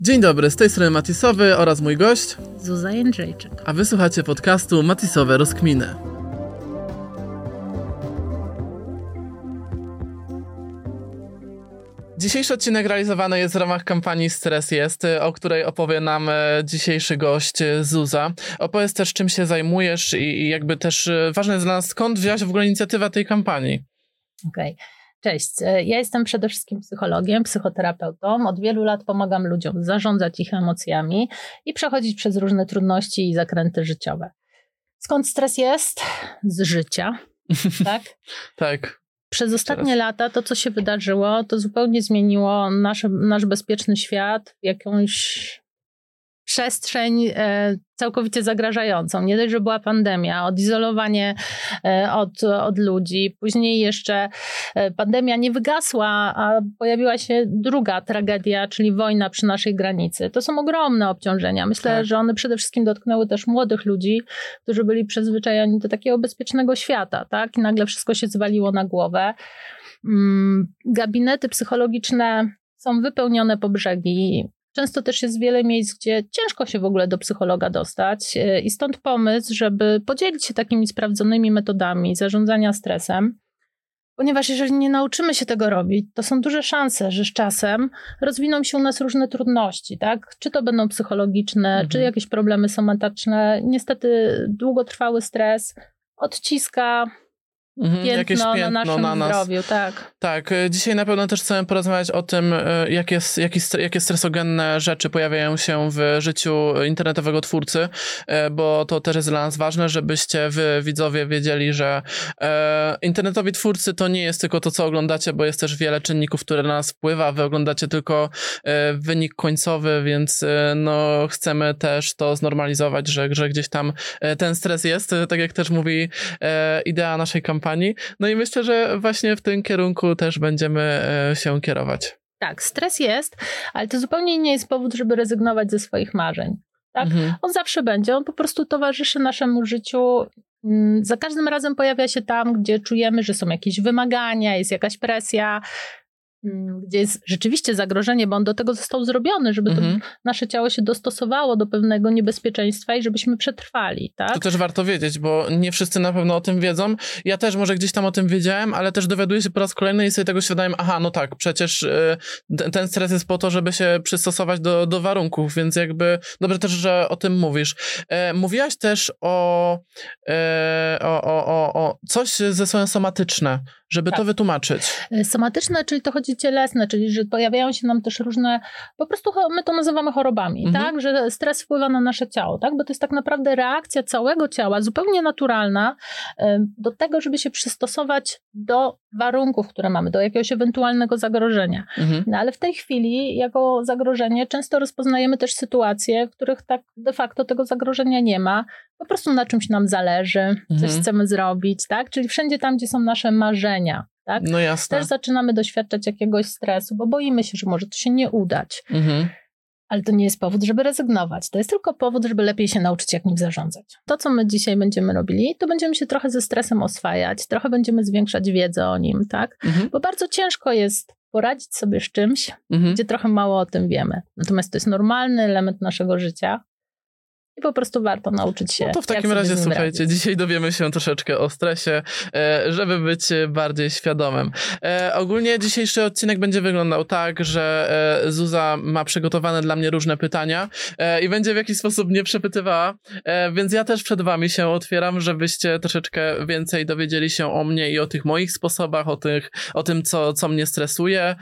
Dzień dobry, z tej strony Matisowy oraz mój gość Zuza Jędrzejczyk. A wy słuchacie podcastu Matisowe Rozkminy. Dzisiejszy odcinek realizowany jest w ramach kampanii Stres Jest, o której opowie nam dzisiejszy gość Zuza. Opowiedz też, czym się zajmujesz i jakby też ważne jest dla nas, skąd wzięłaś w ogóle inicjatywę tej kampanii. Okej. Cześć, ja jestem przede wszystkim psychologiem, psychoterapeutą. Od wielu lat pomagam ludziom zarządzać ich emocjami i przechodzić przez różne trudności i zakręty życiowe. Skąd stres jest? Z życia, tak? Tak. Przez ostatnie lata to, co się wydarzyło, to zupełnie zmieniło nasz bezpieczny świat w jakąś przestrzeń całkowicie zagrażającą. Nie dość, że była pandemia, odizolowanie od ludzi. Później jeszcze pandemia nie wygasła, a pojawiła się druga tragedia, czyli wojna przy naszej granicy. To są ogromne obciążenia. Myślę, że one przede wszystkim dotknęły też młodych ludzi, którzy byli przyzwyczajeni do takiego bezpiecznego świata, tak? I nagle wszystko się zwaliło na głowę. Gabinety psychologiczne są wypełnione po brzegi. Często też jest wiele miejsc, gdzie ciężko się w ogóle do psychologa dostać i stąd pomysł, żeby podzielić się takimi sprawdzonymi metodami zarządzania stresem, ponieważ jeżeli nie nauczymy się tego robić, to są duże szanse, że z czasem rozwiną się u nas różne trudności, tak? Czy to będą psychologiczne, czy jakieś problemy somatyczne. Niestety długotrwały stres odciska piętno na naszym zdrowiu, tak. Tak, dzisiaj na pewno też chcemy porozmawiać o tym, jakie stresogenne rzeczy pojawiają się w życiu internetowego twórcy, bo to też jest dla nas ważne, żebyście wy, widzowie, wiedzieli, że internetowi twórcy to nie jest tylko to, co oglądacie, bo jest też wiele czynników, które na nas wpływa. Wy oglądacie tylko wynik końcowy, więc no, chcemy też to znormalizować, że gdzieś tam ten stres jest, tak jak też mówi idea naszej kampanii. No i myślę, że właśnie w tym kierunku też będziemy się kierować. Tak, stres jest, ale to zupełnie nie jest powód, żeby rezygnować ze swoich marzeń. Tak? On zawsze będzie, on po prostu towarzyszy naszemu życiu. Za każdym razem pojawia się tam, gdzie czujemy, że są jakieś wymagania, jest jakaś presja, gdzie jest rzeczywiście zagrożenie, bo on do tego został zrobiony, żeby to nasze ciało się dostosowało do pewnego niebezpieczeństwa i żebyśmy przetrwali. Tak? To też warto wiedzieć, bo nie wszyscy na pewno o tym wiedzą. Ja też może gdzieś tam o tym wiedziałem, ale też dowiaduję się po raz kolejny i sobie tego świadomiem, no tak, przecież ten stres jest po to, żeby się przystosować do warunków, więc jakby dobrze też, że o tym mówisz. Mówiłaś też o coś ze słowem somatyczne, żeby to wytłumaczyć. Somatyczne, czyli to chodzi cielesne, czyli że pojawiają się nam też różne, po prostu my to nazywamy chorobami, tak? Że stres wpływa na nasze ciało, tak? Bo to jest tak naprawdę reakcja całego ciała, zupełnie naturalna do tego, żeby się przystosować do warunków, które mamy, do jakiegoś ewentualnego zagrożenia. No ale w tej chwili jako zagrożenie często rozpoznajemy też sytuacje, w których tak de facto tego zagrożenia nie ma. Po prostu na czymś nam zależy, coś chcemy zrobić, tak? Czyli wszędzie tam, gdzie są nasze marzenia, tak? No jasne. Też zaczynamy doświadczać jakiegoś stresu, bo boimy się, że może to się nie udać. Ale to nie jest powód, żeby rezygnować. To jest tylko powód, żeby lepiej się nauczyć, jak nim zarządzać. To, co my dzisiaj będziemy robili, to będziemy się trochę ze stresem oswajać, trochę będziemy zwiększać wiedzę o nim, tak? Bo bardzo ciężko jest poradzić sobie z czymś, gdzie trochę mało o tym wiemy. Natomiast to jest normalny element naszego życia. I po prostu warto nauczyć się. No to w takim razie, słuchajcie, dzisiaj dowiemy się troszeczkę o stresie, żeby być bardziej świadomym. Ogólnie dzisiejszy odcinek będzie wyglądał tak, że Zuza ma przygotowane dla mnie różne pytania i będzie w jakiś sposób mnie przepytywała, więc ja też przed wami się otwieram, żebyście troszeczkę więcej dowiedzieli się o mnie i o tych moich sposobach, o tym, co mnie stresuje.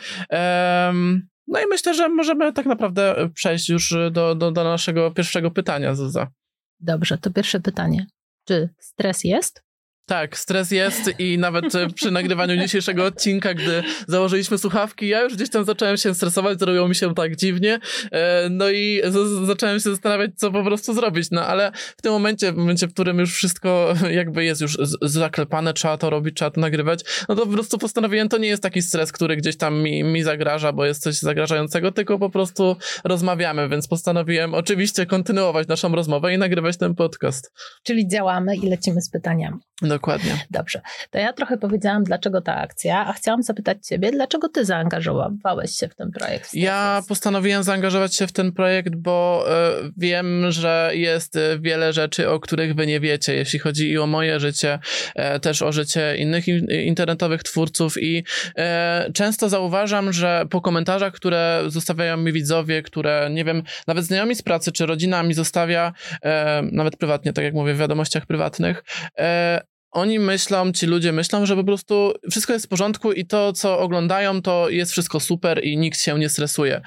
No i myślę, że możemy tak naprawdę przejść już do naszego pierwszego pytania, Zuza. Dobrze, to pierwsze pytanie. Czy stres jest? Tak, stres jest i nawet przy nagrywaniu dzisiejszego odcinka, gdy założyliśmy słuchawki, ja już gdzieś tam zacząłem się stresować, zrobiło mi się tak dziwnie, no i zacząłem się zastanawiać, co po prostu zrobić, no ale w tym momencie, w którym już wszystko jakby jest już zaklepane, trzeba to robić, trzeba to nagrywać, no to po prostu postanowiłem, to nie jest taki stres, który gdzieś tam mi zagraża, bo jest coś zagrażającego, tylko po prostu rozmawiamy, więc postanowiłem oczywiście kontynuować naszą rozmowę i nagrywać ten podcast. Czyli działamy i lecimy z pytaniami. Dokładnie. Dobrze. To ja trochę powiedziałam, dlaczego ta akcja, a chciałam zapytać ciebie, dlaczego ty zaangażowałeś się w ten projekt? Ja postanowiłem zaangażować się w ten projekt, bo wiem, że jest wiele rzeczy, o których wy nie wiecie, jeśli chodzi i o moje życie, też o życie innych internetowych twórców i często zauważam, że po komentarzach, które zostawiają mi widzowie, które, nie wiem, nawet znajomi z pracy czy rodzina mi zostawia, nawet prywatnie, tak jak mówię, w wiadomościach prywatnych, oni myślą, ci ludzie myślą, że po prostu wszystko jest w porządku i to, co oglądają, to jest wszystko super i nikt się nie stresuje.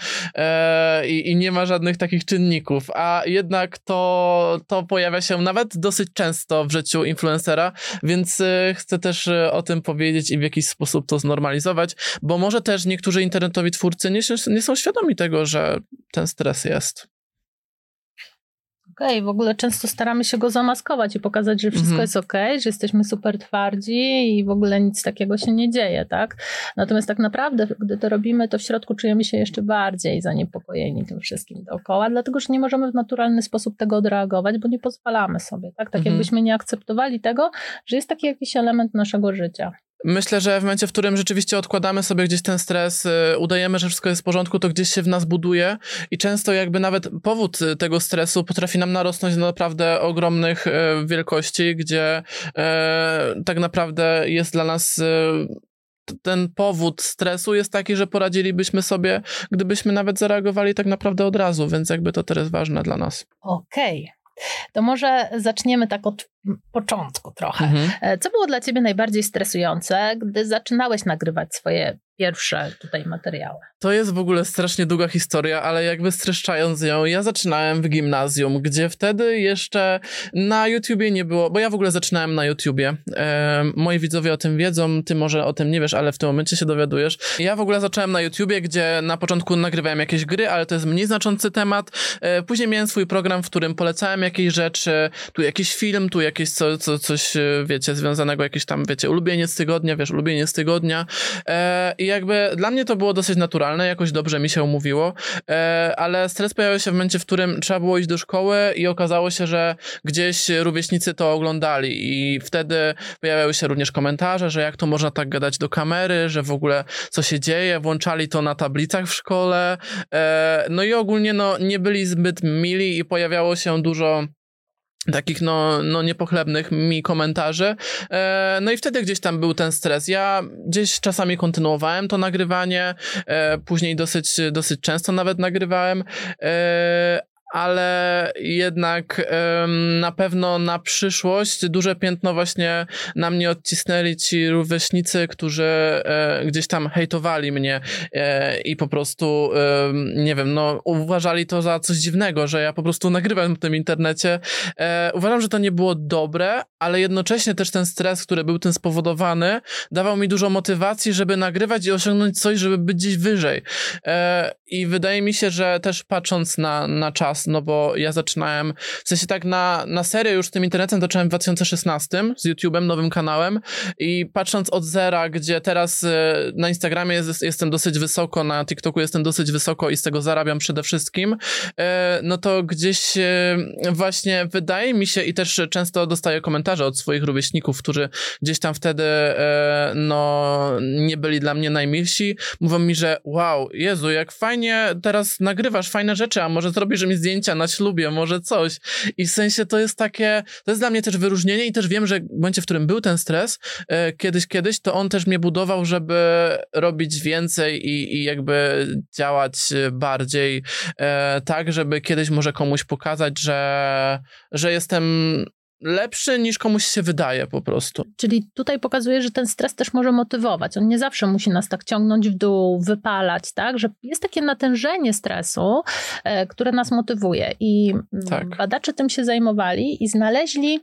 I nie ma żadnych takich czynników, a jednak to pojawia się nawet dosyć często w życiu influencera, więc chcę też o tym powiedzieć i w jakiś sposób to znormalizować, bo może też niektórzy internetowi twórcy nie są świadomi tego, że ten stres jest. Okej, w ogóle często staramy się go zamaskować i pokazać, że wszystko jest okej, że jesteśmy super twardzi i w ogóle nic takiego się nie dzieje, tak? Natomiast tak naprawdę, gdy to robimy, to w środku czujemy się jeszcze bardziej zaniepokojeni tym wszystkim dookoła, dlatego, że nie możemy w naturalny sposób tego odreagować, bo nie pozwalamy sobie, tak? Tak jakbyśmy nie akceptowali tego, że jest taki jakiś element naszego życia. Myślę, że w momencie, w którym rzeczywiście odkładamy sobie gdzieś ten stres, udajemy, że wszystko jest w porządku, to gdzieś się w nas buduje i często jakby nawet powód tego stresu potrafi nam narosnąć do naprawdę ogromnych wielkości, gdzie tak naprawdę jest dla nas ten powód stresu jest taki, że poradzilibyśmy sobie, gdybyśmy nawet zareagowali tak naprawdę od razu, więc jakby to teraz ważne dla nas. Okej. To może zaczniemy tak od początku trochę. Co było dla ciebie najbardziej stresujące, gdy zaczynałeś nagrywać swoje pierwsze tutaj materiały? To jest w ogóle strasznie długa historia, ale jakby streszczając ją, ja zaczynałem w gimnazjum, gdzie wtedy jeszcze na YouTubie nie było, bo ja w ogóle zaczynałem na YouTubie. Moi widzowie o tym wiedzą, ty może o tym nie wiesz, ale w tym momencie się dowiadujesz. Ja w ogóle zacząłem na YouTubie, gdzie na początku nagrywałem jakieś gry, ale to jest mniej znaczący temat. Później miałem swój program, w którym polecałem jakieś rzeczy, tu jakiś film, tu jakieś coś, wiecie, związanego, jakieś tam, wiecie, ulubieniec tygodnia. I jakby dla mnie to było dosyć naturalne, jakoś dobrze mi się mówiło, ale stres pojawił się w momencie, w którym trzeba było iść do szkoły i okazało się, że gdzieś rówieśnicy to oglądali i wtedy pojawiały się również komentarze, że jak to można tak gadać do kamery, że w ogóle co się dzieje, włączali to na tablicach w szkole, no i ogólnie nie byli zbyt mili i pojawiało się dużo takich niepochlebnych mi komentarzy. No i wtedy gdzieś tam był ten stres. Ja gdzieś czasami kontynuowałem to nagrywanie, później dosyć często nawet nagrywałem, ale jednak na pewno na przyszłość duże piętno właśnie na mnie odcisnęli ci rówieśnicy, którzy gdzieś tam hejtowali mnie i po prostu, nie wiem, uważali to za coś dziwnego, że ja po prostu nagrywam w tym internecie. Uważam, że to nie było dobre, ale jednocześnie też ten stres, który był tym spowodowany, dawał mi dużo motywacji, żeby nagrywać i osiągnąć coś, żeby być gdzieś wyżej. I wydaje mi się, że też patrząc na czas, bo ja zaczynałem, w sensie tak na serio już z tym internetem zacząłem w 2016 z YouTube'em, nowym kanałem i patrząc od zera, gdzie teraz na Instagramie jestem dosyć wysoko, na TikToku jestem dosyć wysoko i z tego zarabiam przede wszystkim, no to gdzieś właśnie wydaje mi się i też często dostaję komentarze od swoich rówieśników, którzy gdzieś tam wtedy nie byli dla mnie najmilsi, mówią mi, że wow, Jezu, jak fajnie teraz nagrywasz fajne rzeczy, a może zrobisz mi zdjęcia na ślubie, może coś. I w sensie to jest dla mnie też wyróżnienie i też wiem, że w momencie, w którym był ten stres, kiedyś, to on też mnie budował, żeby robić więcej i jakby działać bardziej tak, żeby kiedyś może komuś pokazać, że jestem lepszy niż komuś się wydaje po prostu. Czyli tutaj pokazuje, że ten stres też może motywować. On nie zawsze musi nas tak ciągnąć w dół, wypalać, tak? Że jest takie natężenie stresu, które nas motywuje. I badacze tym się zajmowali i znaleźli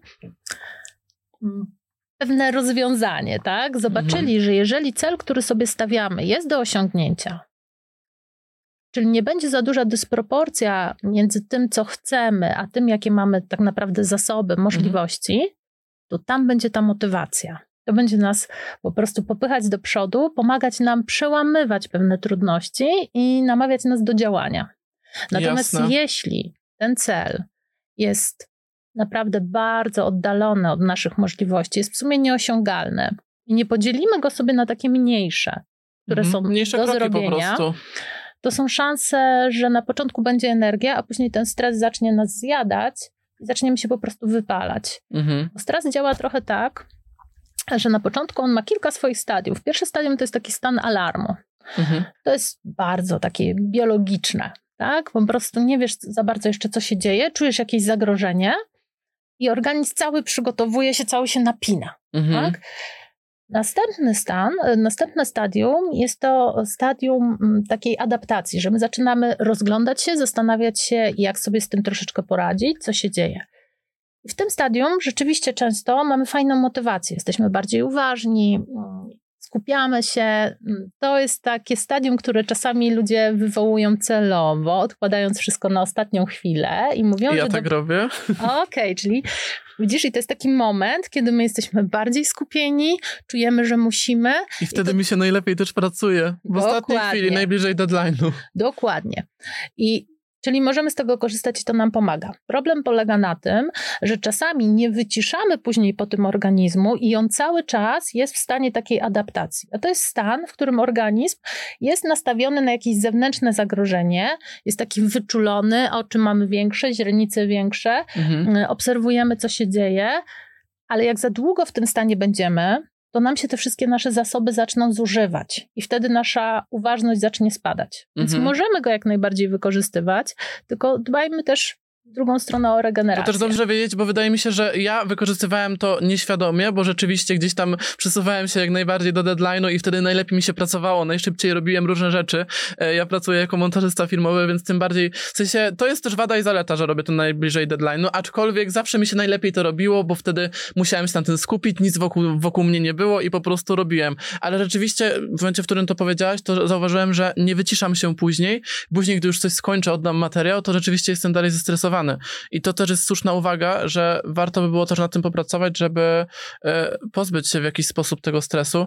pewne rozwiązanie, tak? Zobaczyli, że jeżeli cel, który sobie stawiamy, jest do osiągnięcia, czyli nie będzie za duża dysproporcja między tym, co chcemy, a tym, jakie mamy tak naprawdę zasoby, możliwości, to tam będzie ta motywacja. To będzie nas po prostu popychać do przodu, pomagać nam przełamywać pewne trudności i namawiać nas do działania. Natomiast jeśli ten cel jest naprawdę bardzo oddalone od naszych możliwości, jest w sumie nieosiągalny i nie podzielimy go sobie na takie mniejsze, które są mniejsze do kroki zrobienia, po prostu. to są szanse, że na początku będzie energia, a później ten stres zacznie nas zjadać i zaczniemy się po prostu wypalać. Stres działa trochę tak, że na początku on ma kilka swoich stadiów. Pierwsze stadium to jest taki stan alarmu. To jest bardzo takie biologiczne, tak? Po prostu nie wiesz za bardzo jeszcze, co się dzieje, czujesz jakieś zagrożenie i organizm cały przygotowuje się, cały się napina, tak? Następne stadium jest to stadium takiej adaptacji, że my zaczynamy rozglądać się, zastanawiać się, jak sobie z tym troszeczkę poradzić, co się dzieje. I w tym stadium rzeczywiście często mamy fajną motywację, jesteśmy bardziej uważni, skupiamy się. To jest takie stadium, które czasami ludzie wywołują celowo, odkładając wszystko na ostatnią chwilę i mówią, ja że... tak robię. Okej, czyli widzisz, i to jest taki moment, kiedy my jesteśmy bardziej skupieni, czujemy, że musimy. I wtedy mi się najlepiej też pracuje. W ostatniej chwili, najbliżej deadline'u. Dokładnie. Czyli możemy z tego korzystać i to nam pomaga. Problem polega na tym, że czasami nie wyciszamy później po tym organizmu i on cały czas jest w stanie takiej adaptacji. A to jest stan, w którym organizm jest nastawiony na jakieś zewnętrzne zagrożenie, jest taki wyczulony, oczy mamy większe, źrenice większe, obserwujemy, co się dzieje, ale jak za długo w tym stanie będziemy, to nam się te wszystkie nasze zasoby zaczną zużywać i wtedy nasza uważność zacznie spadać. Więc możemy go jak najbardziej wykorzystywać, tylko dbajmy też w drugą stronę o regenerację. To też dobrze wiedzieć, bo wydaje mi się, że ja wykorzystywałem to nieświadomie, bo rzeczywiście gdzieś tam przesuwałem się jak najbardziej do deadline'u i wtedy najlepiej mi się pracowało, najszybciej robiłem różne rzeczy. Ja pracuję jako montażysta filmowy, więc tym bardziej, w sensie to jest też wada i zaleta, że robię to najbliżej deadline'u, aczkolwiek zawsze mi się najlepiej to robiło, bo wtedy musiałem się na tym skupić, nic wokół mnie nie było i po prostu robiłem. Ale rzeczywiście w momencie, w którym to powiedziałaś, to zauważyłem, że nie wyciszam się później, gdy już coś skończę, oddam materiał, to rzeczywiście jestem dalej zestresowany. I to też jest słuszna uwaga, że warto by było też nad tym popracować, żeby pozbyć się w jakiś sposób tego stresu.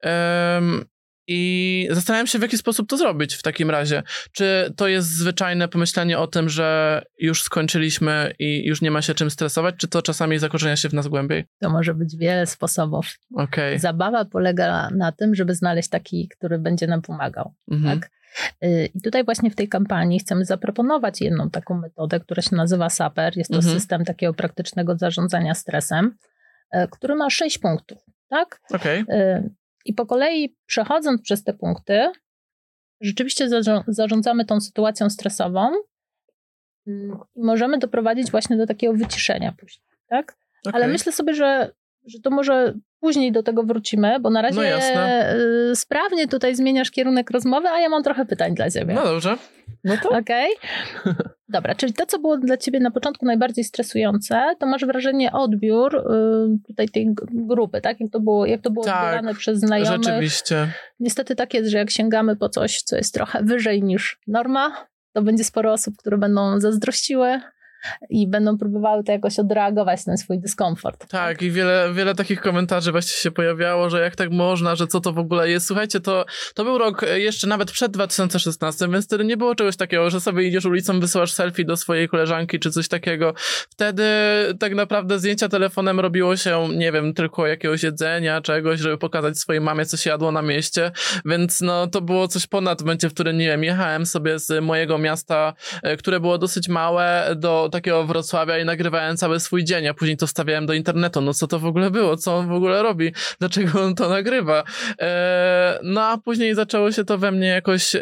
I zastanawiam się, w jaki sposób to zrobić w takim razie. Czy to jest zwyczajne pomyślenie o tym, że już skończyliśmy i już nie ma się czym stresować, czy to czasami zakorzenia się w nas głębiej? To może być wiele sposobów. Okay. Zabawa polega na tym, żeby znaleźć taki, który będzie nam pomagał. Tak? I tutaj właśnie w tej kampanii chcemy zaproponować jedną taką metodę, która się nazywa SAPER. Jest to system takiego praktycznego zarządzania stresem, który ma 6 punktów. Tak? Okay. I po kolei przechodząc przez te punkty, rzeczywiście zarządzamy tą sytuacją stresową i możemy doprowadzić właśnie do takiego wyciszenia później. Tak? Okay. Ale myślę sobie, że to może później do tego wrócimy, bo na razie sprawnie tutaj zmieniasz kierunek rozmowy, a ja mam trochę pytań dla ciebie. No dobrze. No to? Okej. Dobra, czyli to, co było dla ciebie na początku najbardziej stresujące, to masz wrażenie odbiór tutaj tej grupy, tak? Jak to było odbierane przez znajomych. Rzeczywiście. Niestety tak jest, że jak sięgamy po coś, co jest trochę wyżej niż norma, to będzie sporo osób, które będą zazdrościły i będą próbowały to jakoś odreagować na swój dyskomfort. Tak, i wiele takich komentarzy właśnie się pojawiało, że jak tak można, że co to w ogóle jest. Słuchajcie, to był rok jeszcze nawet przed 2016, więc wtedy nie było czegoś takiego, że sobie idziesz ulicą, wysyłasz selfie do swojej koleżanki czy coś takiego. Wtedy tak naprawdę zdjęcia telefonem robiło się, nie wiem, tylko jakiegoś jedzenia, czegoś, żeby pokazać swojej mamie, co się jadło na mieście, więc no to było coś ponad w momencie, w którym, nie wiem, jechałem sobie z mojego miasta, które było dosyć małe, do takiego Wrocławia i nagrywałem cały swój dzień, a później to wstawiałem do internetu. No co to w ogóle było? Co on w ogóle robi? Dlaczego on to nagrywa? No a później zaczęło się to we mnie jakoś...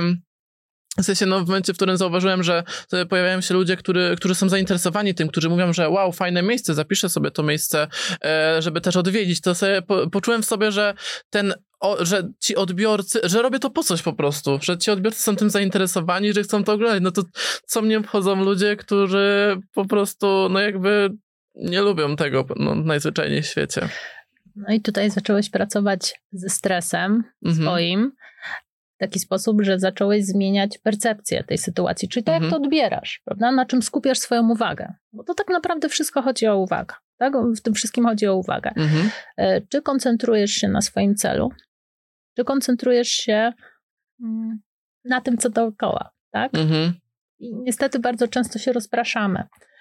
W sensie, no w momencie, w którym zauważyłem, że pojawiają się ludzie, którzy są zainteresowani tym, którzy mówią, że wow, fajne miejsce, zapiszę sobie to miejsce, żeby też odwiedzić, to sobie poczułem w sobie, że że ci odbiorcy, że robię to po coś po prostu, że ci odbiorcy są tym zainteresowani, że chcą to oglądać. No to co mnie obchodzą ludzie, którzy po prostu, no jakby nie lubią tego, no najzwyczajniej w świecie. No i tutaj zacząłeś pracować ze stresem swoim, w taki sposób, że zacząłeś zmieniać percepcję tej sytuacji, czyli to, jak to odbierasz, prawda? Na czym skupiasz swoją uwagę. Bo to tak naprawdę wszystko chodzi o uwagę. Tak? W tym wszystkim chodzi o uwagę. Czy koncentrujesz się na swoim celu? Czy koncentrujesz się na tym, co dookoła? Tak? I niestety bardzo często się rozpraszamy.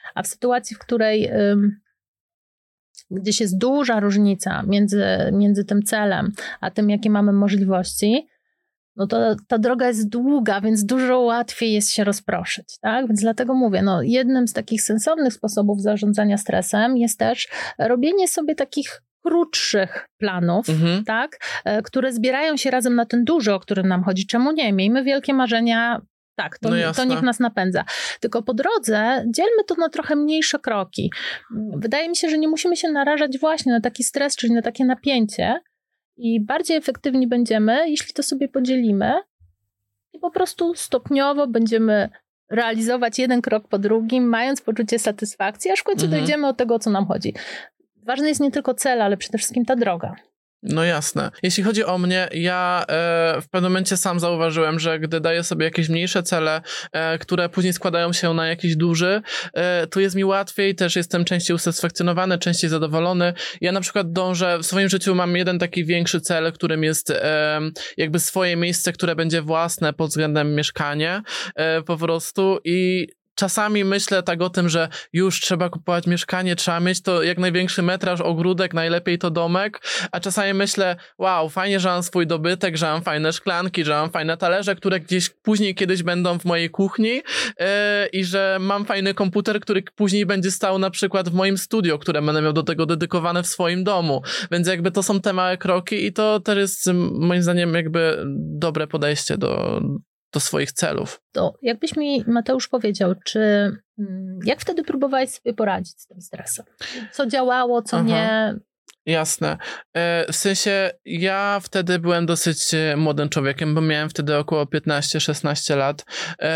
A w sytuacji, w której gdzieś jest duża różnica między tym celem, a tym, jakie mamy możliwości, no to ta droga jest długa, więc dużo łatwiej jest się rozproszyć, tak? Więc dlatego mówię, no jednym z takich sensownych sposobów zarządzania stresem jest też robienie sobie takich krótszych planów, tak? Które zbierają się razem na ten duży, o którym nam chodzi. Czemu nie? Miejmy wielkie marzenia, tak, to niech nas napędza. Tylko po drodze dzielmy to na trochę mniejsze kroki. Wydaje mi się, że nie musimy się narażać właśnie na taki stres, czyli na takie napięcie i bardziej efektywni będziemy, jeśli to sobie podzielimy i po prostu stopniowo będziemy realizować jeden krok po drugim, mając poczucie satysfakcji, aż w końcu dojdziemy od tego, o co nam chodzi. Ważny jest nie tylko cel, ale przede wszystkim ta droga. No jasne. Jeśli chodzi o mnie, ja w pewnym momencie sam zauważyłem, że gdy daję sobie jakieś mniejsze cele, które później składają się na jakiś duży, to jest mi łatwiej, też jestem częściej usatysfakcjonowany, częściej zadowolony. Ja na przykład dążę, w swoim życiu mam jeden taki większy cel, którym jest jakby swoje miejsce, które będzie własne pod względem mieszkania po prostu i czasami myślę tak o tym, że już trzeba kupować mieszkanie, trzeba mieć to jak największy metraż, ogródek, najlepiej to domek, a czasami myślę, wow, fajnie, że mam swój dobytek, że mam fajne szklanki, że mam fajne talerze, które gdzieś później kiedyś będą w mojej kuchni i że mam fajny komputer, który później będzie stał na przykład w moim studio, które będę miał do tego dedykowane w swoim domu, więc jakby to są te małe kroki i to też jest moim zdaniem jakby dobre podejście do swoich celów. To jakbyś mi, Mateusz, powiedział, jak wtedy próbowałeś sobie poradzić z tym stresem? Co działało, co nie? Jasne. W sensie ja wtedy byłem dosyć młodym człowiekiem, bo miałem wtedy około 15-16 lat.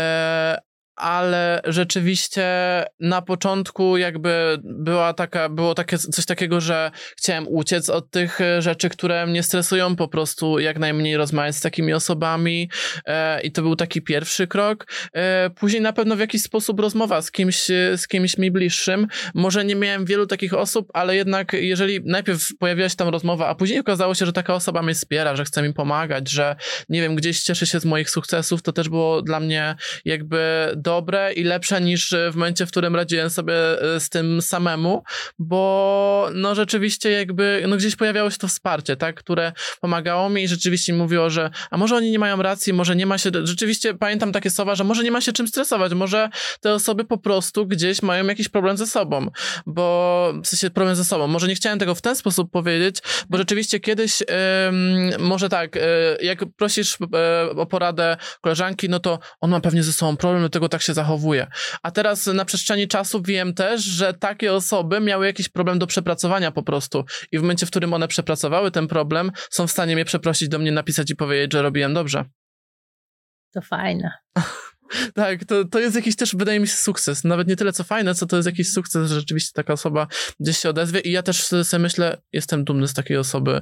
Ale rzeczywiście na początku jakby było coś takiego, że chciałem uciec od tych rzeczy, które mnie stresują, po prostu jak najmniej rozmawiać z takimi osobami i to był taki pierwszy krok. Później na pewno w jakiś sposób rozmowa z kimś mi bliższym. Może nie miałem wielu takich osób, ale jednak jeżeli najpierw pojawiła się tam rozmowa, a później okazało się, że taka osoba mnie wspiera, że chce mi pomagać, że nie wiem, gdzieś cieszy się z moich sukcesów, to też było dla mnie jakby dobre i lepsze niż w momencie, w którym radziłem sobie z tym samemu, bo no rzeczywiście jakby no gdzieś pojawiało się to wsparcie, tak, które pomagało mi i rzeczywiście mi mówiło, że a może oni nie mają racji, może nie ma się, rzeczywiście pamiętam takie słowa, że może nie ma się czym stresować, może te osoby po prostu gdzieś mają jakiś problem ze sobą, bo w sensie problem ze sobą, może nie chciałem tego w ten sposób powiedzieć, bo rzeczywiście kiedyś może tak, jak prosisz o poradę koleżanki, no to on ma pewnie ze sobą problem, do tego tak się zachowuje. A teraz na przestrzeni czasu wiem też, że takie osoby miały jakiś problem do przepracowania po prostu i w momencie, w którym one przepracowały ten problem, są w stanie mnie przeprosić, do mnie napisać i powiedzieć, że robiłem dobrze. To fajne. Tak, to jest jakiś też, wydaje mi się, sukces. Nawet nie tyle, co fajne, co to jest jakiś sukces, że rzeczywiście taka osoba gdzieś się odezwie i ja też sobie myślę, jestem dumny z takiej osoby,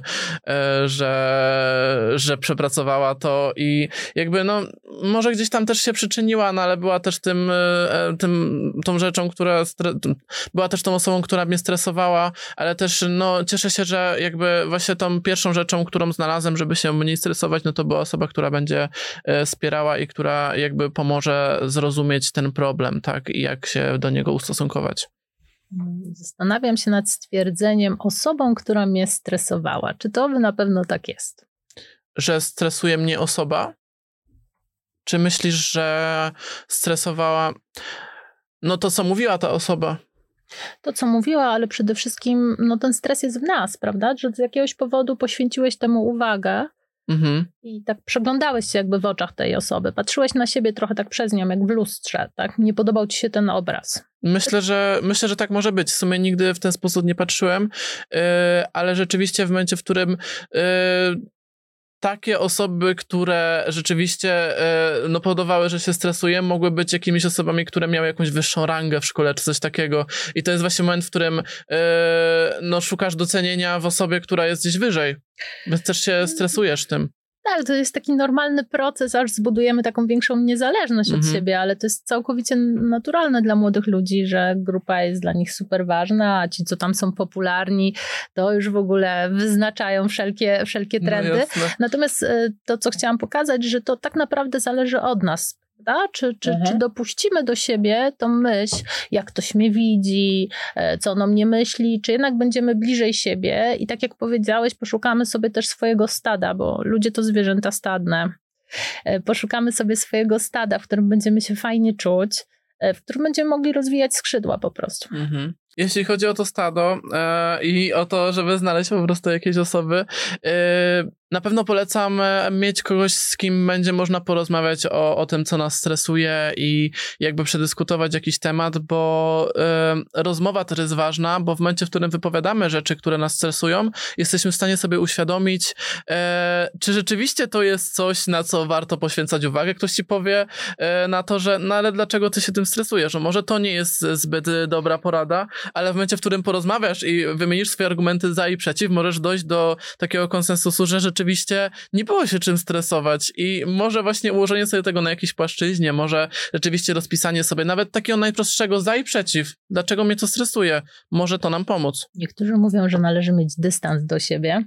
że przepracowała to i jakby no, może gdzieś tam też się przyczyniła, no ale była też tą rzeczą, była też tą osobą, która mnie stresowała, ale też no, cieszę się, że jakby właśnie tą pierwszą rzeczą, którą znalazłem, żeby się mniej stresować, no to była osoba, która będzie wspierała i która jakby pomoże zrozumieć ten problem, tak, i jak się do niego ustosunkować. Zastanawiam się nad stwierdzeniem osobą, która mnie stresowała. Czy to na pewno tak jest? Że stresuje mnie osoba? Czy myślisz, że stresowała... No to, co mówiła ta osoba? To, co mówiła, ale przede wszystkim no ten stres jest w nas, prawda? Że z jakiegoś powodu poświęciłeś temu uwagę i tak przeglądałeś się jakby w oczach tej osoby. Patrzyłeś na siebie trochę tak przez nią, jak w lustrze, tak? Nie podobał ci się ten obraz. Myślę, że tak może być. W sumie nigdy w ten sposób nie patrzyłem, ale rzeczywiście w momencie, w którym takie osoby, które rzeczywiście no, powodowały, że się stresuję, mogły być jakimiś osobami, które miały jakąś wyższą rangę w szkole, czy coś takiego. I to jest właśnie moment, w którym no, szukasz docenienia w osobie, która jest gdzieś wyżej. Więc też się stresujesz tym. Tak, to jest taki normalny proces, aż zbudujemy taką większą niezależność od siebie, ale to jest całkowicie naturalne dla młodych ludzi, że grupa jest dla nich super ważna, a ci, co tam są popularni, to już w ogóle wyznaczają wszelkie trendy. No, natomiast to, co chciałam pokazać, że to tak naprawdę zależy od nas. Czy dopuścimy do siebie tą myśl, jak ktoś mnie widzi, co on o mnie myśli, czy jednak będziemy bliżej siebie i tak jak powiedziałeś, poszukamy sobie też swojego stada, bo ludzie to zwierzęta stadne. Poszukamy sobie swojego stada, w którym będziemy się fajnie czuć, w którym będziemy mogli rozwijać skrzydła po prostu. Mhm. Jeśli chodzi o to stado i o to, żeby znaleźć po prostu jakieś osoby, na pewno polecam mieć kogoś, z kim będzie można porozmawiać o tym, co nas stresuje i jakby przedyskutować jakiś temat, bo rozmowa też jest ważna, bo w momencie, w którym wypowiadamy rzeczy, które nas stresują, jesteśmy w stanie sobie uświadomić, czy rzeczywiście to jest coś, na co warto poświęcać uwagę. Ktoś ci powie na to, że no ale dlaczego ty się tym stresujesz? Że może to nie jest zbyt dobra porada, ale w momencie, w którym porozmawiasz i wymienisz swoje argumenty za i przeciw, możesz dojść do takiego konsensusu, że rzeczywiście nie było się czym stresować i może właśnie ułożenie sobie tego na jakiejś płaszczyźnie, może rzeczywiście rozpisanie sobie nawet takiego najprostszego za i przeciw. Dlaczego mnie to stresuje? Może to nam pomóc. Niektórzy mówią, że należy mieć dystans do siebie.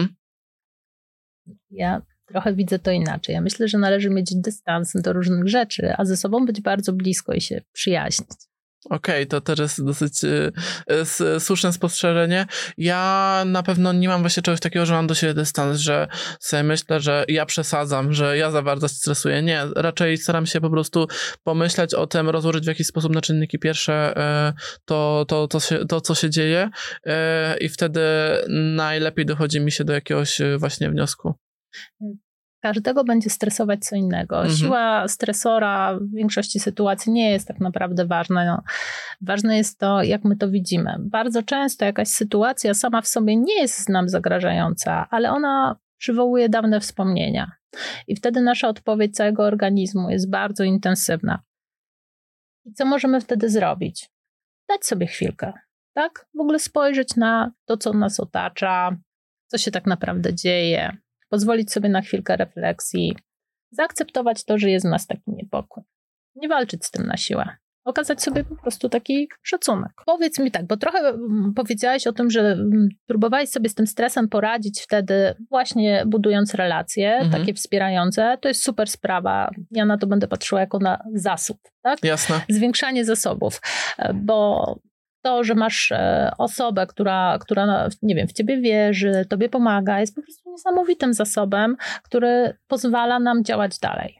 Ja trochę widzę to inaczej. Ja myślę, że należy mieć dystans do różnych rzeczy, a ze sobą być bardzo blisko i się przyjaźnić. Okej, to też jest dosyć słuszne spostrzeżenie. Ja na pewno nie mam właśnie czegoś takiego, że mam do siebie dystans, że sobie myślę, że ja przesadzam, że ja za bardzo stresuję. Nie, raczej staram się po prostu pomyśleć o tym, rozłożyć w jakiś sposób na czynniki pierwsze to co się dzieje i wtedy najlepiej dochodzi mi się do jakiegoś właśnie wniosku. Każdego będzie stresować co innego. Siła stresora w większości sytuacji nie jest tak naprawdę ważna. No, ważne jest to, jak my to widzimy. Bardzo często jakaś sytuacja sama w sobie nie jest nam zagrażająca, ale ona przywołuje dawne wspomnienia. I wtedy nasza odpowiedź całego organizmu jest bardzo intensywna. I co możemy wtedy zrobić? Dać sobie chwilkę, tak? W ogóle spojrzeć na to, co nas otacza, co się tak naprawdę dzieje. Pozwolić sobie na chwilkę refleksji, zaakceptować to, że jest w nas taki niepokój. Nie walczyć z tym na siłę. Okazać sobie po prostu taki szacunek. Powiedz mi tak, bo trochę powiedziałaś o tym, że próbowałeś sobie z tym stresem poradzić wtedy właśnie budując relacje, takie wspierające. To jest super sprawa. Ja na to będę patrzyła jako na zasób, tak? Jasne. Zwiększanie zasobów, bo to, że masz osobę, która nie wiem, w ciebie wierzy, tobie pomaga, jest po prostu niesamowitym zasobem, który pozwala nam działać dalej.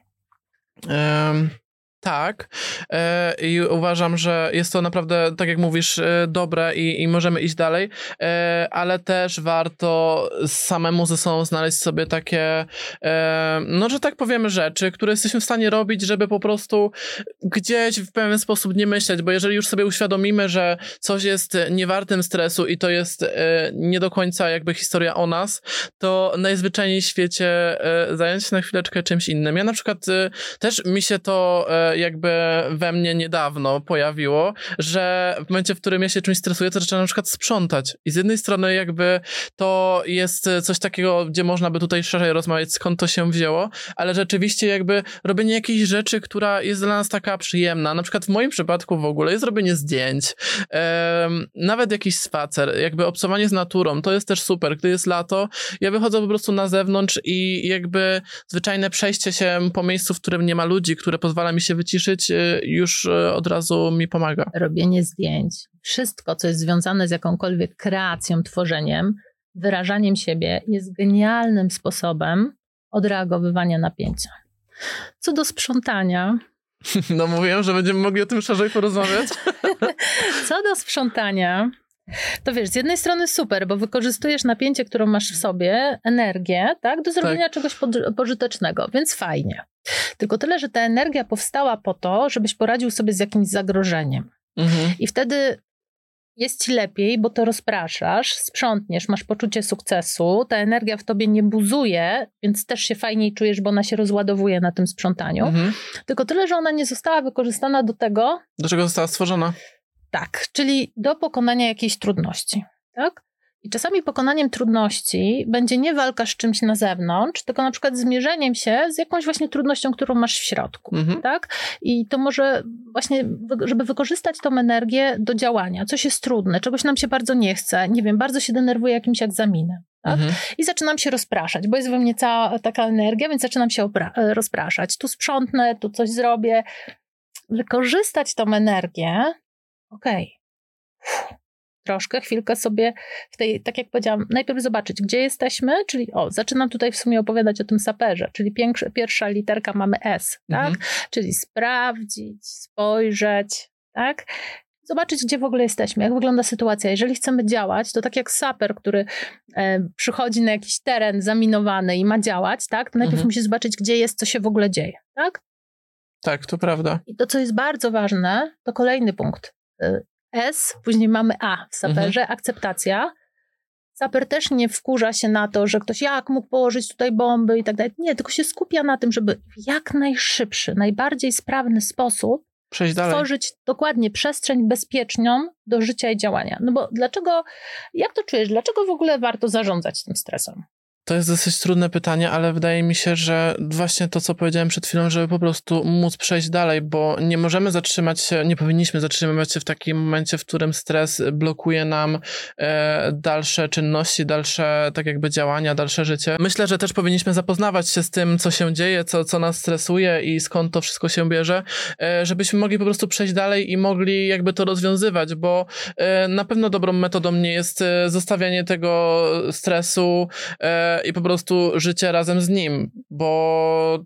Tak. I uważam, że jest to naprawdę, tak jak mówisz, dobre i możemy iść dalej, ale też warto samemu ze sobą znaleźć sobie takie, no, że tak powiemy, rzeczy, które jesteśmy w stanie robić, żeby po prostu gdzieś w pewien sposób nie myśleć, bo jeżeli już sobie uświadomimy, że coś jest niewartym stresu i to jest nie do końca jakby historia o nas, to najzwyczajniej w świecie zająć się na chwileczkę czymś innym. Ja na przykład też mi się to jakby we mnie niedawno pojawiło, że w momencie, w którym ja się czymś stresuję, to zaczynam na przykład sprzątać. I z jednej strony jakby to jest coś takiego, gdzie można by tutaj szerzej rozmawiać, skąd to się wzięło, ale rzeczywiście jakby robienie jakiejś rzeczy, która jest dla nas taka przyjemna. Na przykład w moim przypadku w ogóle jest robienie zdjęć, nawet jakiś spacer, jakby obcowanie z naturą, to jest też super. Gdy jest lato, ja wychodzę po prostu na zewnątrz i jakby zwyczajne przejście się po miejscu, w którym nie ma ludzi, które pozwala mi się wyciszyć, już od razu mi pomaga. Robienie zdjęć, wszystko, co jest związane z jakąkolwiek kreacją, tworzeniem, wyrażaniem siebie jest genialnym sposobem odreagowywania napięcia. Co do sprzątania... No mówiłem, że będziemy mogli o tym szerzej porozmawiać. Co do sprzątania... To wiesz, z jednej strony super, bo wykorzystujesz napięcie, którą masz w sobie, energię, tak, do zrobienia czegoś pożytecznego, więc fajnie. Tylko tyle, że ta energia powstała po to, żebyś poradził sobie z jakimś zagrożeniem. I wtedy jest ci lepiej, bo to rozpraszasz, sprzątniesz, masz poczucie sukcesu, ta energia w tobie nie buzuje, więc też się fajniej czujesz, bo ona się rozładowuje na tym sprzątaniu. Tylko tyle, że ona nie została wykorzystana do tego... Do czego została stworzona? Tak, czyli do pokonania jakiejś trudności, tak? I czasami pokonaniem trudności będzie nie walka z czymś na zewnątrz, tylko na przykład zmierzeniem się z jakąś właśnie trudnością, którą masz w środku, tak? I to może właśnie, żeby wykorzystać tą energię do działania. Coś jest trudne, czegoś nam się bardzo nie chce, nie wiem, bardzo się denerwuje jakimś egzaminem, Tak? I zaczynam się rozpraszać, bo jest we mnie cała taka energia, więc zaczynam się rozpraszać. Tu sprzątnę, tu coś zrobię. Wykorzystać tą energię, troszkę, chwilkę sobie w tej, tak jak powiedziałam, najpierw zobaczyć, gdzie jesteśmy, czyli zaczynam tutaj w sumie opowiadać o tym saperze, czyli pierwsza literka mamy S, tak? Czyli sprawdzić, spojrzeć, tak? Zobaczyć, gdzie w ogóle jesteśmy, jak wygląda sytuacja. Jeżeli chcemy działać, to tak jak saper, który przychodzi na jakiś teren zaminowany i ma działać, tak? To najpierw musi zobaczyć, gdzie jest, co się w ogóle dzieje, tak? Tak, to prawda. I to, co jest bardzo ważne, to kolejny punkt. S, później mamy A w saperze, akceptacja. Saper też nie wkurza się na to, że ktoś jak mógł położyć tutaj bomby i tak dalej. Nie, tylko się skupia na tym, żeby w jak najszybszy, najbardziej sprawny sposób stworzyć dokładnie przestrzeń bezpieczną do życia i działania. No bo dlaczego, jak to czujesz, dlaczego w ogóle warto zarządzać tym stresem? To jest dosyć trudne pytanie, ale wydaje mi się, że właśnie to, co powiedziałem przed chwilą, żeby po prostu móc przejść dalej, bo nie możemy zatrzymać się, nie powinniśmy zatrzymywać się w takim momencie, w którym stres blokuje nam dalsze czynności, dalsze tak jakby działania, dalsze życie. Myślę, że też powinniśmy zapoznawać się z tym, co się dzieje, co nas stresuje i skąd to wszystko się bierze, żebyśmy mogli po prostu przejść dalej i mogli jakby to rozwiązywać, bo na pewno dobrą metodą nie jest zostawianie tego stresu i po prostu życie razem z nim, bo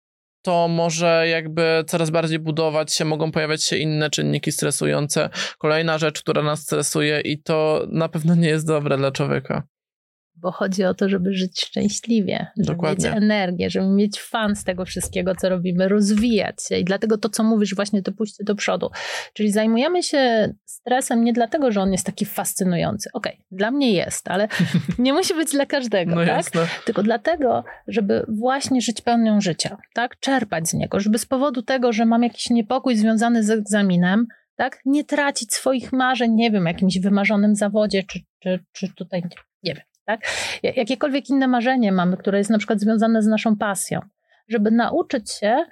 to może jakby coraz bardziej budować się, mogą pojawiać się inne czynniki stresujące. Kolejna rzecz, która nas stresuje i to na pewno nie jest dobre dla człowieka. Bo chodzi o to, żeby żyć szczęśliwie, żeby mieć energię, żeby mieć fan z tego wszystkiego, co robimy, rozwijać się i dlatego to, co mówisz, właśnie to pójście do przodu. Czyli zajmujemy się stresem nie dlatego, że on jest taki fascynujący. Dla mnie jest, ale nie musi być dla każdego, tak? Jasne. Tylko dlatego, żeby właśnie żyć pełnią życia, tak? Czerpać z niego, żeby z powodu tego, że mam jakiś niepokój związany z egzaminem, tak? Nie tracić swoich marzeń, nie wiem, jakimś wymarzonym zawodzie, czy tutaj, nie wiem. Tak? Jakiekolwiek inne marzenie mamy, które jest na przykład związane z naszą pasją, żeby nauczyć się,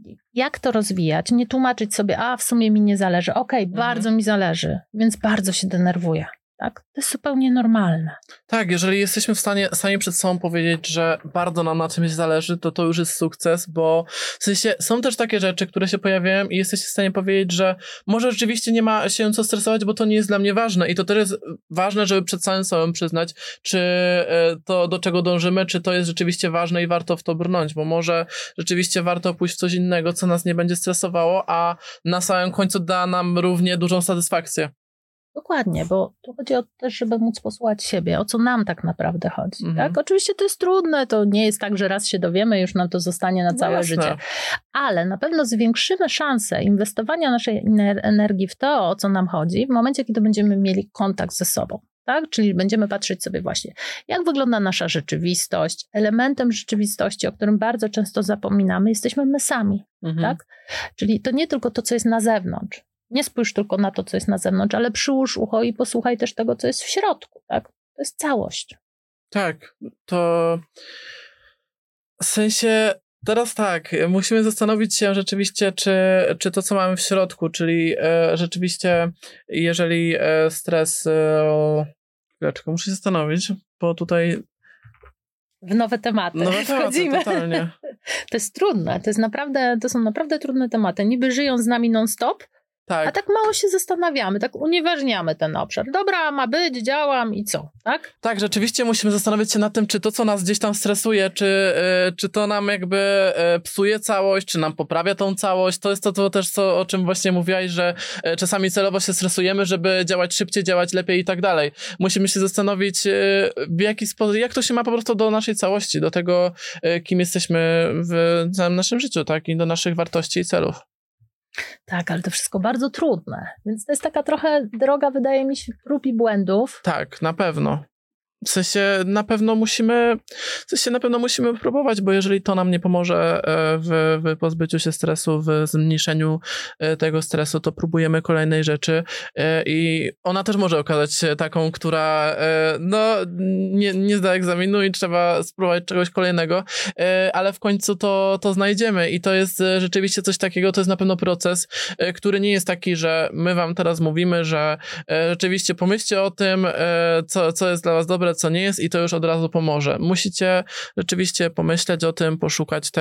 jak to rozwijać, nie tłumaczyć sobie, w sumie mi nie zależy, bardzo mi zależy, więc bardzo się denerwuję. Tak? To jest zupełnie normalne. Tak, jeżeli jesteśmy w stanie sami przed sobą powiedzieć, że bardzo nam na czymś zależy, to już jest sukces, bo w sensie są też takie rzeczy, które się pojawiają i jesteście w stanie powiedzieć, że może rzeczywiście nie ma się co stresować, bo to nie jest dla mnie ważne i to też jest ważne, żeby przed samym sobą przyznać, czy to, do czego dążymy, czy to jest rzeczywiście ważne i warto w to brnąć, bo może rzeczywiście warto pójść w coś innego, co nas nie będzie stresowało, a na samym końcu da nam równie dużą satysfakcję. Dokładnie, bo tu chodzi o to też, żeby móc posłuchać siebie, o co nam tak naprawdę chodzi. Tak? Oczywiście to jest trudne, to nie jest tak, że raz się dowiemy, już nam to zostanie na całe życie. Ale na pewno zwiększymy szansę inwestowania naszej energii w to, o co nam chodzi, w momencie, kiedy będziemy mieli kontakt ze sobą. Tak? Czyli będziemy patrzeć sobie właśnie, jak wygląda nasza rzeczywistość. Elementem rzeczywistości, o którym bardzo często zapominamy, jesteśmy my sami. Tak? Czyli to nie tylko to, co jest na zewnątrz. Nie spójrz tylko na to, co jest na zewnątrz, ale przyłóż ucho i posłuchaj też tego, co jest w środku. Tak? To jest całość. Tak, to w sensie teraz tak, musimy zastanowić się rzeczywiście, czy to, co mamy w środku, czyli rzeczywiście, jeżeli stres... Chwileczkę, muszę się zastanowić, bo tutaj... W nowe tematy wchodzimy. Totalnie. To jest trudne, to są naprawdę trudne tematy. Niby żyją z nami non-stop, tak. A tak mało się zastanawiamy, tak unieważniamy ten obszar. Dobra, ma być, działam i co, tak? Tak, rzeczywiście musimy zastanowić się nad tym, czy to, co nas gdzieś tam stresuje, czy to nam jakby psuje całość, czy nam poprawia tą całość. To jest to też, o czym właśnie mówiłaś, że czasami celowo się stresujemy, żeby działać szybciej, działać lepiej i tak dalej. Musimy się zastanowić, w jaki sposób, jak to się ma po prostu do naszej całości, do tego, kim jesteśmy w całym naszym życiu, tak? I do naszych wartości i celów. Tak, ale to wszystko bardzo trudne. Więc to jest taka trochę droga, wydaje mi się, prób i błędów. Tak, na pewno. W sensie na pewno musimy próbować, bo jeżeli to nam nie pomoże w pozbyciu się stresu, w zmniejszeniu tego stresu, to próbujemy kolejnej rzeczy i ona też może okazać się taką, która nie zda egzaminu i trzeba spróbować czegoś kolejnego, ale w końcu to znajdziemy i to jest rzeczywiście coś takiego, to jest na pewno proces, który nie jest taki, że my wam teraz mówimy, że rzeczywiście pomyślcie o tym, co jest dla was dobre, dobre, co nie jest i to już od razu pomoże. Musicie rzeczywiście pomyśleć o tym, poszukać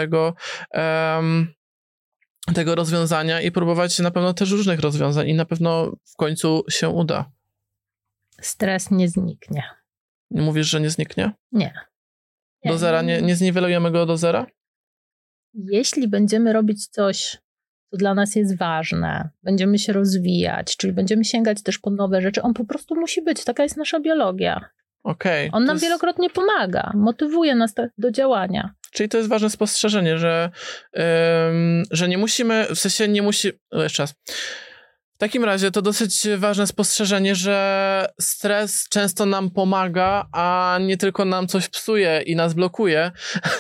tego rozwiązania i próbować na pewno też różnych rozwiązań i na pewno w końcu się uda. Stres nie zniknie. Mówisz, że nie zniknie? Nie. Do zera? Nie zniwelujemy go do zera? Jeśli będziemy robić coś, co dla nas jest ważne, będziemy się rozwijać, czyli będziemy sięgać też po nowe rzeczy, on po prostu musi być. Taka jest nasza biologia. Okay, on nam wielokrotnie pomaga, motywuje nas do działania. Czyli to jest ważne spostrzeżenie, że nie musimy, w sensie nie musi... Jeszcze raz. W takim razie to dosyć ważne spostrzeżenie, że stres często nam pomaga, a nie tylko nam coś psuje i nas blokuje,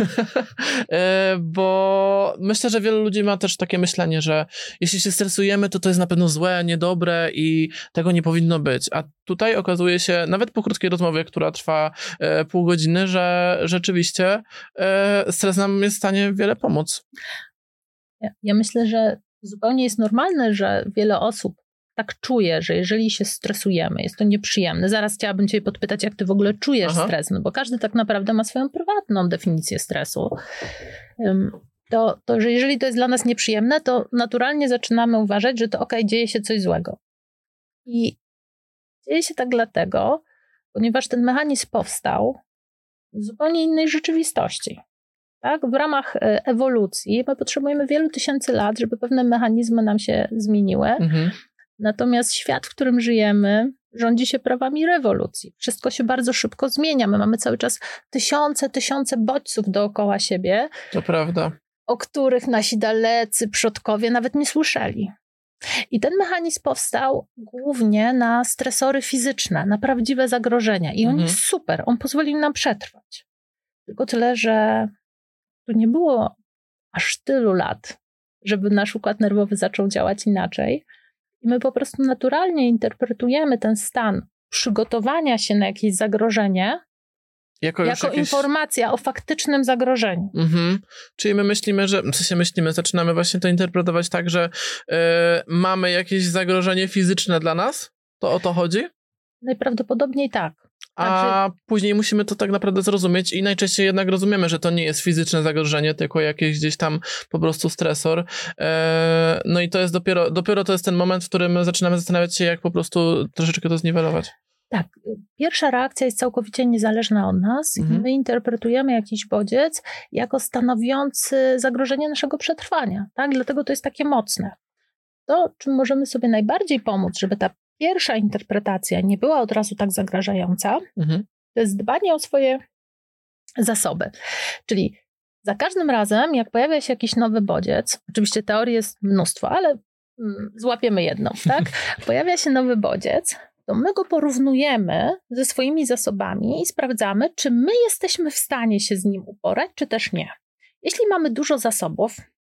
bo myślę, że wielu ludzi ma też takie myślenie, że jeśli się stresujemy, to jest na pewno złe, niedobre i tego nie powinno być. A tutaj okazuje się, nawet po krótkiej rozmowie, która trwa pół godziny, że rzeczywiście stres nam jest w stanie wiele pomóc. Ja myślę, że zupełnie jest normalne, że wiele osób tak czuje, że jeżeli się stresujemy, jest to nieprzyjemne. Zaraz chciałabym cię podpytać, jak ty w ogóle czujesz stres, no bo każdy tak naprawdę ma swoją prywatną definicję stresu. To, że jeżeli to jest dla nas nieprzyjemne, to naturalnie zaczynamy uważać, że to dzieje się coś złego. I dzieje się tak dlatego, ponieważ ten mechanizm powstał w zupełnie innej rzeczywistości. Tak? W ramach ewolucji my potrzebujemy wielu tysięcy lat, żeby pewne mechanizmy nam się zmieniły. Natomiast świat, w którym żyjemy, rządzi się prawami rewolucji. Wszystko się bardzo szybko zmienia. My mamy cały czas tysiące bodźców dookoła siebie. To prawda. O których nasi dalecy przodkowie nawet nie słyszeli. I ten mechanizm powstał głównie na stresory fizyczne, na prawdziwe zagrożenia. I on jest super. On pozwolił nam przetrwać. Tylko tyle, że tu nie było aż tylu lat, żeby nasz układ nerwowy zaczął działać inaczej. I my po prostu naturalnie interpretujemy ten stan przygotowania się na jakieś zagrożenie jako informacja o faktycznym zagrożeniu. Czyli my myślimy, zaczynamy właśnie to interpretować tak, że mamy jakieś zagrożenie fizyczne dla nas? To o to chodzi? Najprawdopodobniej tak. A później musimy to tak naprawdę zrozumieć i najczęściej jednak rozumiemy, że to nie jest fizyczne zagrożenie, tylko jakieś gdzieś tam po prostu stresor. No i to jest dopiero to jest ten moment, w którym zaczynamy zastanawiać się, jak po prostu troszeczkę to zniwelować. Tak. Pierwsza reakcja jest całkowicie niezależna od nas i my interpretujemy jakiś bodziec jako stanowiący zagrożenie naszego przetrwania. Tak? Dlatego to jest takie mocne. To, czym możemy sobie najbardziej pomóc, żeby ta pierwsza interpretacja nie była od razu tak zagrażająca, to jest dbanie o swoje zasoby. Czyli za każdym razem, jak pojawia się jakiś nowy bodziec, oczywiście teorii jest mnóstwo, ale złapiemy jedną, tak? Pojawia się nowy bodziec, to my go porównujemy ze swoimi zasobami i sprawdzamy, czy my jesteśmy w stanie się z nim uporać, czy też nie. Jeśli mamy dużo zasobów,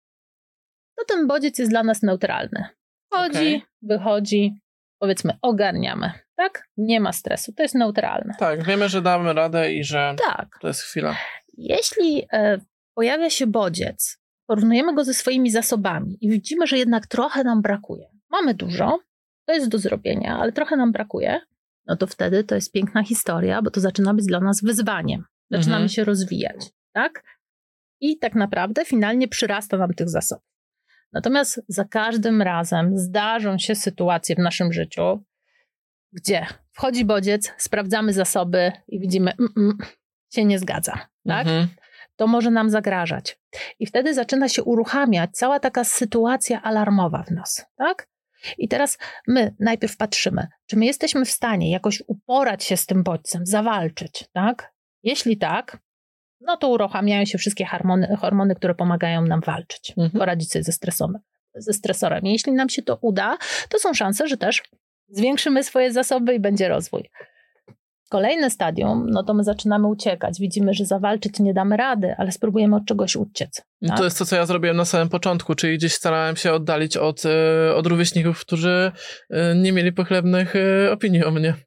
to ten bodziec jest dla nas neutralny. Wchodzi, wychodzi, powiedzmy ogarniamy, tak? Nie ma stresu, to jest neutralne. Tak, wiemy, że damy radę i że to jest chwila. Jeśli pojawia się bodziec, porównujemy go ze swoimi zasobami i widzimy, że jednak trochę nam brakuje. Mamy dużo, to jest do zrobienia, ale trochę nam brakuje, no to wtedy to jest piękna historia, bo to zaczyna być dla nas wyzwaniem. Zaczynamy się rozwijać, tak? I tak naprawdę finalnie przyrasta nam tych zasobów. Natomiast za każdym razem zdarzą się sytuacje w naszym życiu, gdzie wchodzi bodziec, sprawdzamy zasoby i widzimy, się nie zgadza, tak? To może nam zagrażać. I wtedy zaczyna się uruchamiać cała taka sytuacja alarmowa w nas, tak? I teraz my najpierw patrzymy, czy my jesteśmy w stanie jakoś uporać się z tym bodźcem, zawalczyć, tak? Jeśli tak, no to uruchamiają się wszystkie hormony, które pomagają nam walczyć, poradzić sobie ze stresorem. I jeśli nam się to uda, to są szanse, że też zwiększymy swoje zasoby i będzie rozwój. Kolejne stadium, no to my zaczynamy uciekać. Widzimy, że zawalczyć nie damy rady, ale spróbujemy od czegoś uciec. Tak? To jest to, co ja zrobiłem na samym początku, czyli gdzieś starałem się oddalić od rówieśników, którzy nie mieli pochlebnych opinii o mnie.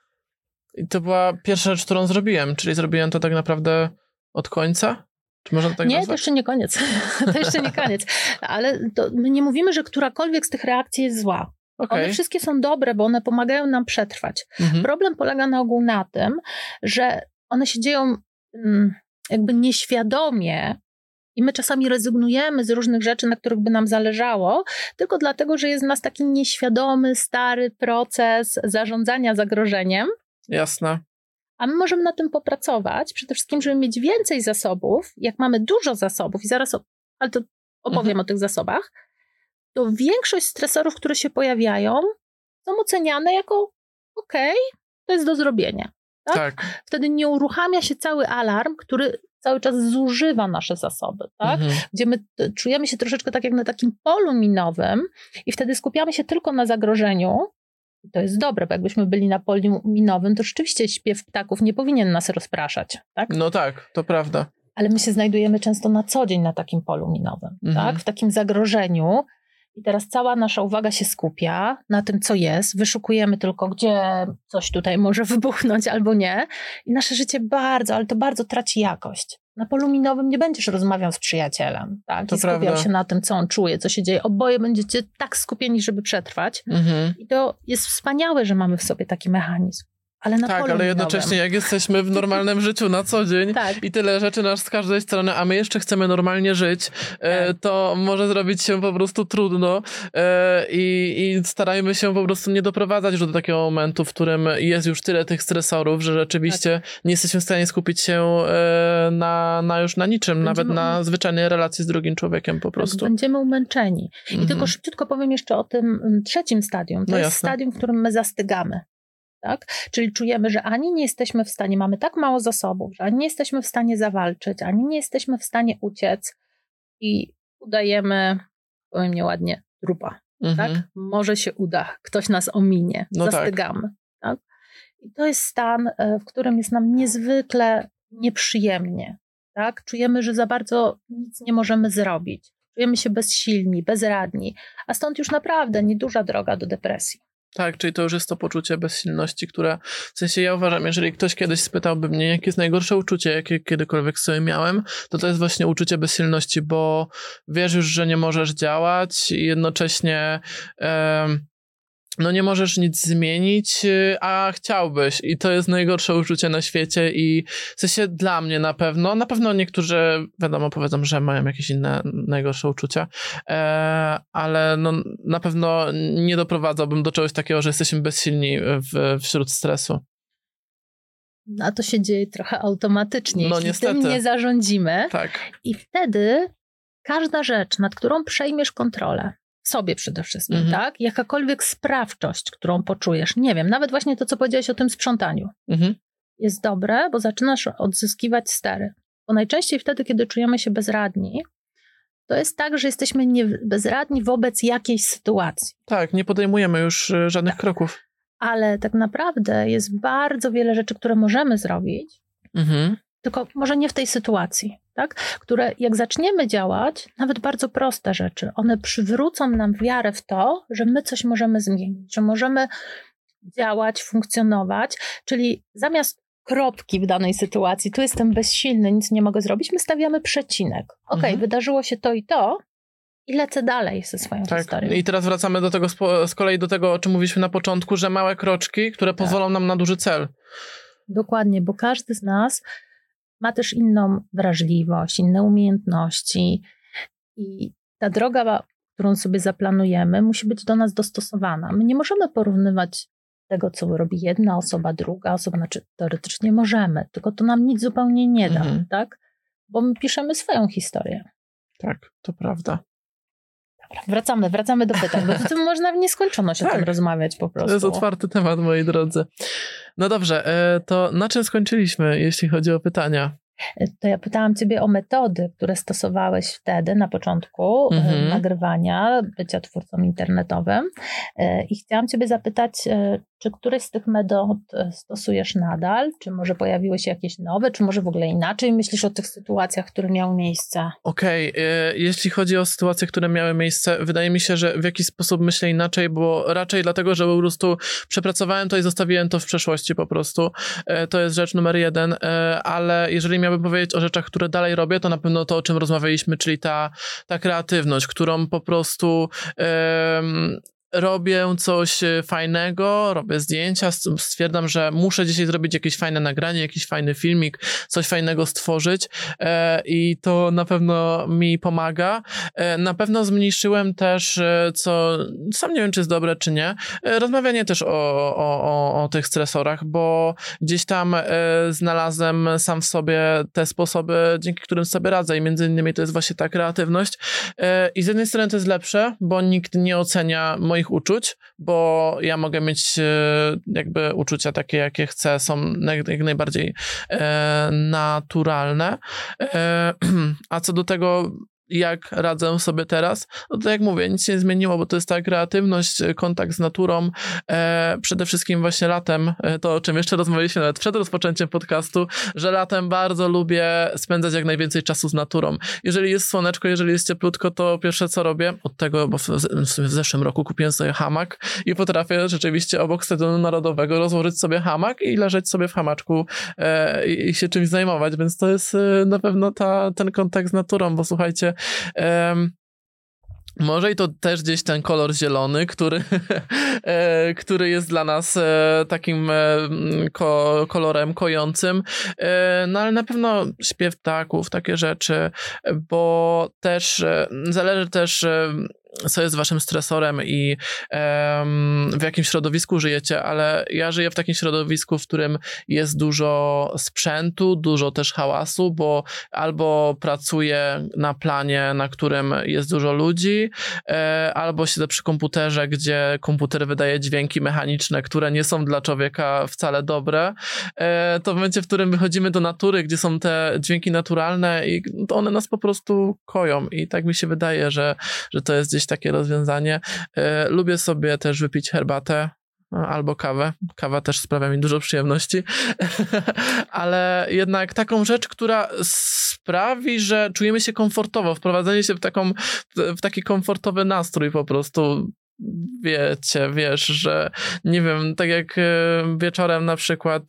I to była pierwsza rzecz, którą zrobiłem, czyli zrobiłem to tak naprawdę od końca? Czy można tak nazwać? To jeszcze nie koniec. To jeszcze nie koniec. Ale my nie mówimy, że którakolwiek z tych reakcji jest zła. Okay. One wszystkie są dobre, bo one pomagają nam przetrwać. Problem polega na ogół na tym, że one się dzieją jakby nieświadomie i my czasami rezygnujemy z różnych rzeczy, na których by nam zależało, tylko dlatego, że jest w nas taki nieświadomy, stary proces zarządzania zagrożeniem. Jasne. A my możemy na tym popracować, przede wszystkim, żeby mieć więcej zasobów. Jak mamy dużo zasobów, i zaraz ale to opowiem o tych zasobach, to większość stresorów, które się pojawiają, są oceniane jako to jest do zrobienia. Tak? Wtedy nie uruchamia się cały alarm, który cały czas zużywa nasze zasoby, tak? Gdzie my czujemy się troszeczkę tak jak na takim polu minowym i wtedy skupiamy się tylko na zagrożeniu. I to jest dobre, bo jakbyśmy byli na polu minowym, to rzeczywiście śpiew ptaków nie powinien nas rozpraszać, tak? No tak, to prawda. Ale my się znajdujemy często na co dzień na takim polu minowym, tak? W takim zagrożeniu. I teraz cała nasza uwaga się skupia na tym, co jest. Wyszukujemy tylko, gdzie coś tutaj może wybuchnąć albo nie. I nasze życie ale to bardzo traci jakość. Na polu minowym nie będziesz rozmawiał z przyjacielem, tak? To i skupiał prawda. się na tym, co on czuje, co się dzieje. Oboje będziecie tak skupieni, żeby przetrwać. I to jest wspaniałe, że mamy w sobie taki mechanizm. Ale na polu ale jednocześnie jak jesteśmy w normalnym życiu na co dzień i tyle rzeczy nas z każdej strony, a my jeszcze chcemy normalnie żyć, to może zrobić się po prostu trudno i starajmy się po prostu nie doprowadzać do takiego momentu, w którym jest już tyle tych stresorów, że rzeczywiście nie jesteśmy w stanie skupić się na niczym, nawet na zwyczajnej relacji z drugim człowiekiem po prostu. Będziemy umęczeni. I tylko szybciutko powiem jeszcze o tym trzecim stadium. To jest stadium, w którym my zastygamy. Tak? Czyli czujemy, że ani nie jesteśmy w stanie, mamy tak mało zasobów, że ani nie jesteśmy w stanie zawalczyć, ani nie jesteśmy w stanie uciec i udajemy, powiem nieładnie, trupa. Tak? Może się uda, ktoś nas ominie, zastygamy. Tak? I to jest stan, w którym jest nam niezwykle nieprzyjemnie. Tak? Czujemy, że za bardzo nic nie możemy zrobić. Czujemy się bezsilni, bezradni, a stąd już naprawdę nieduża droga do depresji. Tak, czyli to już jest to poczucie bezsilności, które, w sensie ja uważam, jeżeli ktoś kiedyś spytałby mnie, jakie jest najgorsze uczucie, jakie kiedykolwiek sobie miałem, to jest właśnie uczucie bezsilności, bo wiesz już, że nie możesz działać i jednocześnie nie możesz nic zmienić, a chciałbyś i to jest najgorsze uczucie na świecie i w sensie dla mnie na pewno niektórzy wiadomo powiedzą, że mają jakieś inne najgorsze uczucia, ale na pewno nie doprowadzałbym do czegoś takiego, że jesteśmy bezsilni wśród stresu. A to się dzieje trochę automatycznie, jeśli niestety. Tym nie zarządzimy. Tak. I wtedy każda rzecz, nad którą przejmiesz kontrolę, sobie przede wszystkim, tak? Jakakolwiek sprawczość, którą poczujesz, nie wiem, nawet właśnie to, co powiedziałeś o tym sprzątaniu, jest dobre, bo zaczynasz odzyskiwać stery. Bo najczęściej wtedy, kiedy czujemy się bezradni, to jest tak, że jesteśmy bezradni wobec jakiejś sytuacji. Tak, nie podejmujemy już żadnych kroków. Ale tak naprawdę jest bardzo wiele rzeczy, które możemy zrobić, tylko może nie w tej sytuacji, tak? Które jak zaczniemy działać, nawet bardzo proste rzeczy, one przywrócą nam wiarę w to, że my coś możemy zmienić, że możemy działać, funkcjonować, czyli zamiast kropki w danej sytuacji, tu jestem bezsilny, nic nie mogę zrobić, my stawiamy przecinek. Wydarzyło się to i lecę dalej ze swoją historią. I teraz wracamy do tego z kolei do tego, o czym mówiliśmy na początku, że małe kroczki, które pozwolą nam na duży cel. Dokładnie, bo każdy z nas ma też inną wrażliwość, inne umiejętności i ta droga, którą sobie zaplanujemy, musi być do nas dostosowana. My nie możemy porównywać tego, co robi jedna osoba, druga osoba, znaczy teoretycznie możemy, tylko to nam nic zupełnie nie da, tak? Bo my piszemy swoją historię. Tak, to prawda. Wracamy do pytań, bo to można w nieskończoność o tym rozmawiać po prostu. To jest otwarty temat, moi drodzy. No dobrze, to na czym skończyliśmy, jeśli chodzi o pytania? To ja pytałam ciebie o metody, które stosowałeś wtedy na początku nagrywania, bycia twórcą internetowym i chciałam ciebie zapytać, czy któreś z tych metod stosujesz nadal, czy może pojawiły się jakieś nowe, czy może w ogóle inaczej myślisz o tych sytuacjach, które miały miejsce? Okej, jeśli chodzi o sytuacje, które miały miejsce, wydaje mi się, że w jakiś sposób myślę inaczej, bo raczej dlatego, że po prostu przepracowałem to i zostawiłem to w przeszłości po prostu. To jest rzecz numer 1, ale jeżeli miałbym powiedzieć o rzeczach, które dalej robię, to na pewno to, o czym rozmawialiśmy, czyli ta kreatywność, którą po prostu robię coś fajnego, robię zdjęcia, stwierdzam, że muszę dzisiaj zrobić jakieś fajne nagranie, jakiś fajny filmik, coś fajnego stworzyć i to na pewno mi pomaga. Na pewno zmniejszyłem też, co sam nie wiem, czy jest dobre, czy nie, rozmawianie też o tych stresorach, bo gdzieś tam znalazłem sam w sobie te sposoby, dzięki którym sobie radzę i między innymi to jest właśnie ta kreatywność i z jednej strony to jest lepsze, bo nikt nie ocenia moich uczuć, bo ja mogę mieć jakby uczucia takie, jakie chcę, są jak najbardziej naturalne, a co do tego, jak radzę sobie teraz, no to jak mówię, nic się nie zmieniło, bo to jest ta kreatywność, kontakt z naturą, przede wszystkim właśnie latem, to o czym jeszcze rozmawialiśmy nawet przed rozpoczęciem podcastu, że latem bardzo lubię spędzać jak najwięcej czasu z naturą. Jeżeli jest słoneczko, jeżeli jest cieplutko, to pierwsze co robię, od tego, bo w zeszłym roku kupiłem sobie hamak i potrafię rzeczywiście obok Stadionu Narodowego rozłożyć sobie hamak i leżeć sobie w hamaczku i się czymś zajmować, więc to jest na pewno ten kontakt z naturą, bo słuchajcie, może i to też gdzieś ten kolor zielony, który jest dla nas takim kolorem kojącym, no ale na pewno śpiew ptaków, takie rzeczy, bo też zależy też, co jest waszym stresorem i w jakim środowisku żyjecie, ale ja żyję w takim środowisku, w którym jest dużo sprzętu, dużo też hałasu, bo albo pracuję na planie, na którym jest dużo ludzi, albo siedzę przy komputerze, gdzie komputer wydaje dźwięki mechaniczne, które nie są dla człowieka wcale dobre. To w momencie, w którym wychodzimy do natury, gdzie są te dźwięki naturalne i to one nas po prostu koją i tak mi się wydaje, że to jest gdzieś takie rozwiązanie. Lubię sobie też wypić herbatę albo kawę. Kawa też sprawia mi dużo przyjemności, ale jednak taką rzecz, która sprawi, że czujemy się komfortowo, wprowadzenie się w taki komfortowy nastrój po prostu. Wiesz, że nie wiem, tak jak wieczorem na przykład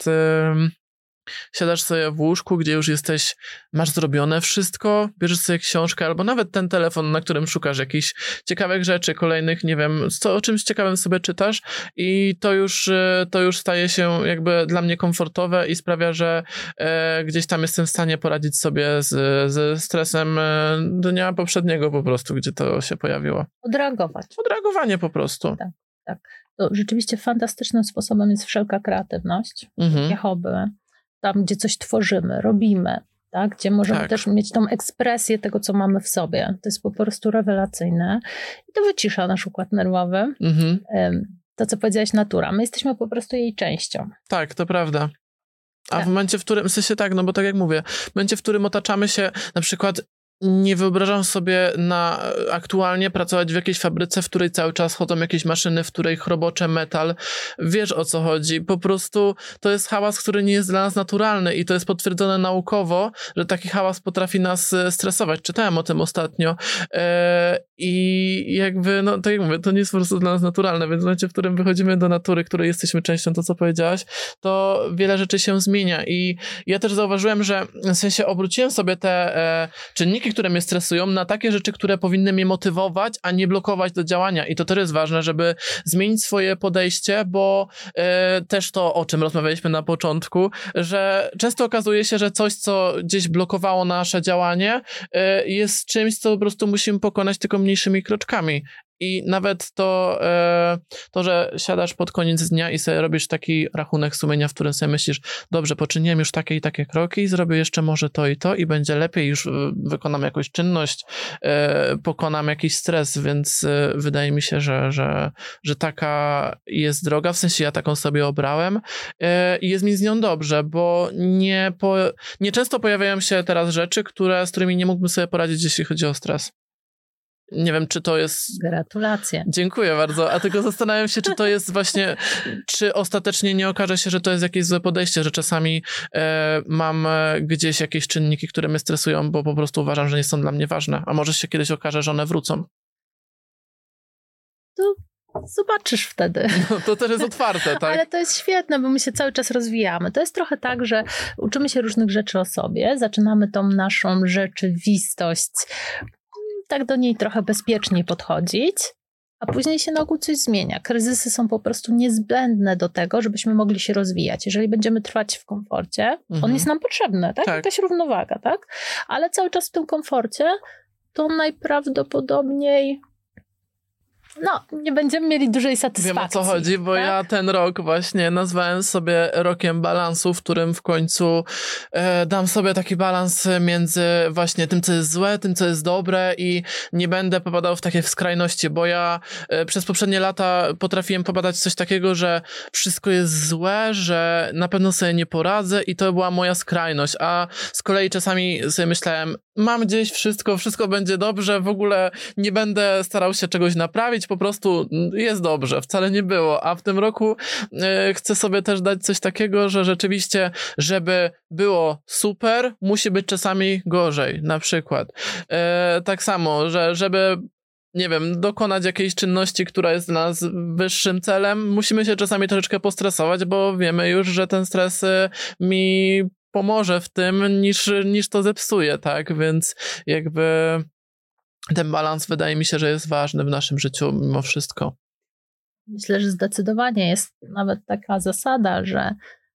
siadasz sobie w łóżku, gdzie już masz zrobione wszystko, bierzesz sobie książkę albo nawet ten telefon, na którym szukasz jakichś ciekawych rzeczy, kolejnych, nie wiem, o czymś ciekawym sobie czytasz i to już staje się jakby dla mnie komfortowe i sprawia, że gdzieś tam jestem w stanie poradzić sobie ze stresem dnia poprzedniego po prostu, gdzie to się pojawiło. Odreagowanie po prostu. Tak. To rzeczywiście fantastycznym sposobem jest wszelka kreatywność, takie hobby. Tam, gdzie coś tworzymy, robimy, tak? Gdzie możemy też mieć tą ekspresję tego, co mamy w sobie. To jest po prostu rewelacyjne. I to wycisza nasz układ nerwowy. To, co powiedziałaś, natura. My jesteśmy po prostu jej częścią. Tak, to prawda. A w momencie, w którym, w sensie tak, no bo tak jak mówię, w momencie, w którym otaczamy się, na przykład nie wyobrażam sobie aktualnie pracować w jakiejś fabryce, w której cały czas chodzą jakieś maszyny, w której chrobocze metal. Wiesz, o co chodzi. Po prostu to jest hałas, który nie jest dla nas naturalny i to jest potwierdzone naukowo, że taki hałas potrafi nas stresować. Czytałem o tym ostatnio i jakby, no tak jak mówię, to nie jest po prostu dla nas naturalne, więc w momencie, w którym wychodzimy do natury, której jesteśmy częścią, to co powiedziałaś, to wiele rzeczy się zmienia i ja też zauważyłem, że w sensie obróciłem sobie te czynniki, które mnie stresują, na takie rzeczy, które powinny mnie motywować, a nie blokować do działania. I to też jest ważne, żeby zmienić swoje podejście, bo też to, o czym rozmawialiśmy na początku, że często okazuje się, że coś, co gdzieś blokowało nasze działanie, jest czymś, co po prostu musimy pokonać tylko mniejszymi kroczkami. I nawet to, że siadasz pod koniec dnia i sobie robisz taki rachunek sumienia, w którym sobie myślisz, dobrze, poczyniłem już takie i takie kroki, zrobię jeszcze może to i będzie lepiej, już wykonam jakąś czynność, pokonam jakiś stres, więc wydaje mi się, że taka jest droga, w sensie ja taką sobie obrałem i jest mi z nią dobrze, bo nie często pojawiają się teraz rzeczy, z którymi nie mógłbym sobie poradzić, jeśli chodzi o stres. Nie wiem, czy to jest... Gratulacje. Dziękuję bardzo, a tylko zastanawiam się, czy to jest właśnie, czy ostatecznie nie okaże się, że to jest jakieś złe podejście, że czasami mam gdzieś jakieś czynniki, które mnie stresują, bo po prostu uważam, że nie są dla mnie ważne, a może się kiedyś okaże, że one wrócą. To zobaczysz wtedy. No, to też jest otwarte, tak? Ale to jest świetne, bo my się cały czas rozwijamy. To jest trochę tak, że uczymy się różnych rzeczy o sobie, zaczynamy tą naszą rzeczywistość tak do niej trochę bezpieczniej podchodzić a później się na ogół coś zmienia. Kryzysy są po prostu niezbędne do tego, żebyśmy mogli się rozwijać. Jeżeli będziemy trwać w komforcie, on jest nam potrzebny, tak? Jakaś równowaga, tak? Ale cały czas w tym komforcie to najprawdopodobniej nie będziemy mieli dużej satysfakcji. Wiem, o co chodzi, bo tak? ja ten rok właśnie nazwałem sobie rokiem balansu, w którym w końcu dam sobie taki balans między właśnie tym, co jest złe, tym, co jest dobre i nie będę popadał w takie skrajności, bo ja przez poprzednie lata potrafiłem popadać w coś takiego, że wszystko jest złe, że na pewno sobie nie poradzę i to była moja skrajność, a z kolei czasami sobie myślałem, mam gdzieś wszystko będzie dobrze, w ogóle nie będę starał się czegoś naprawić, po prostu jest dobrze, wcale nie było, a w tym roku chcę sobie też dać coś takiego, że rzeczywiście, żeby było super, musi być czasami gorzej, na przykład. Tak samo, że żeby nie wiem, dokonać jakiejś czynności, która jest dla nas wyższym celem, musimy się czasami troszeczkę postresować, bo wiemy już, że ten stres mi pomoże w tym, niż to zepsuje, tak? Więc jakby ten balans wydaje mi się, że jest ważny w naszym życiu mimo wszystko. Myślę, że zdecydowanie jest nawet taka zasada, że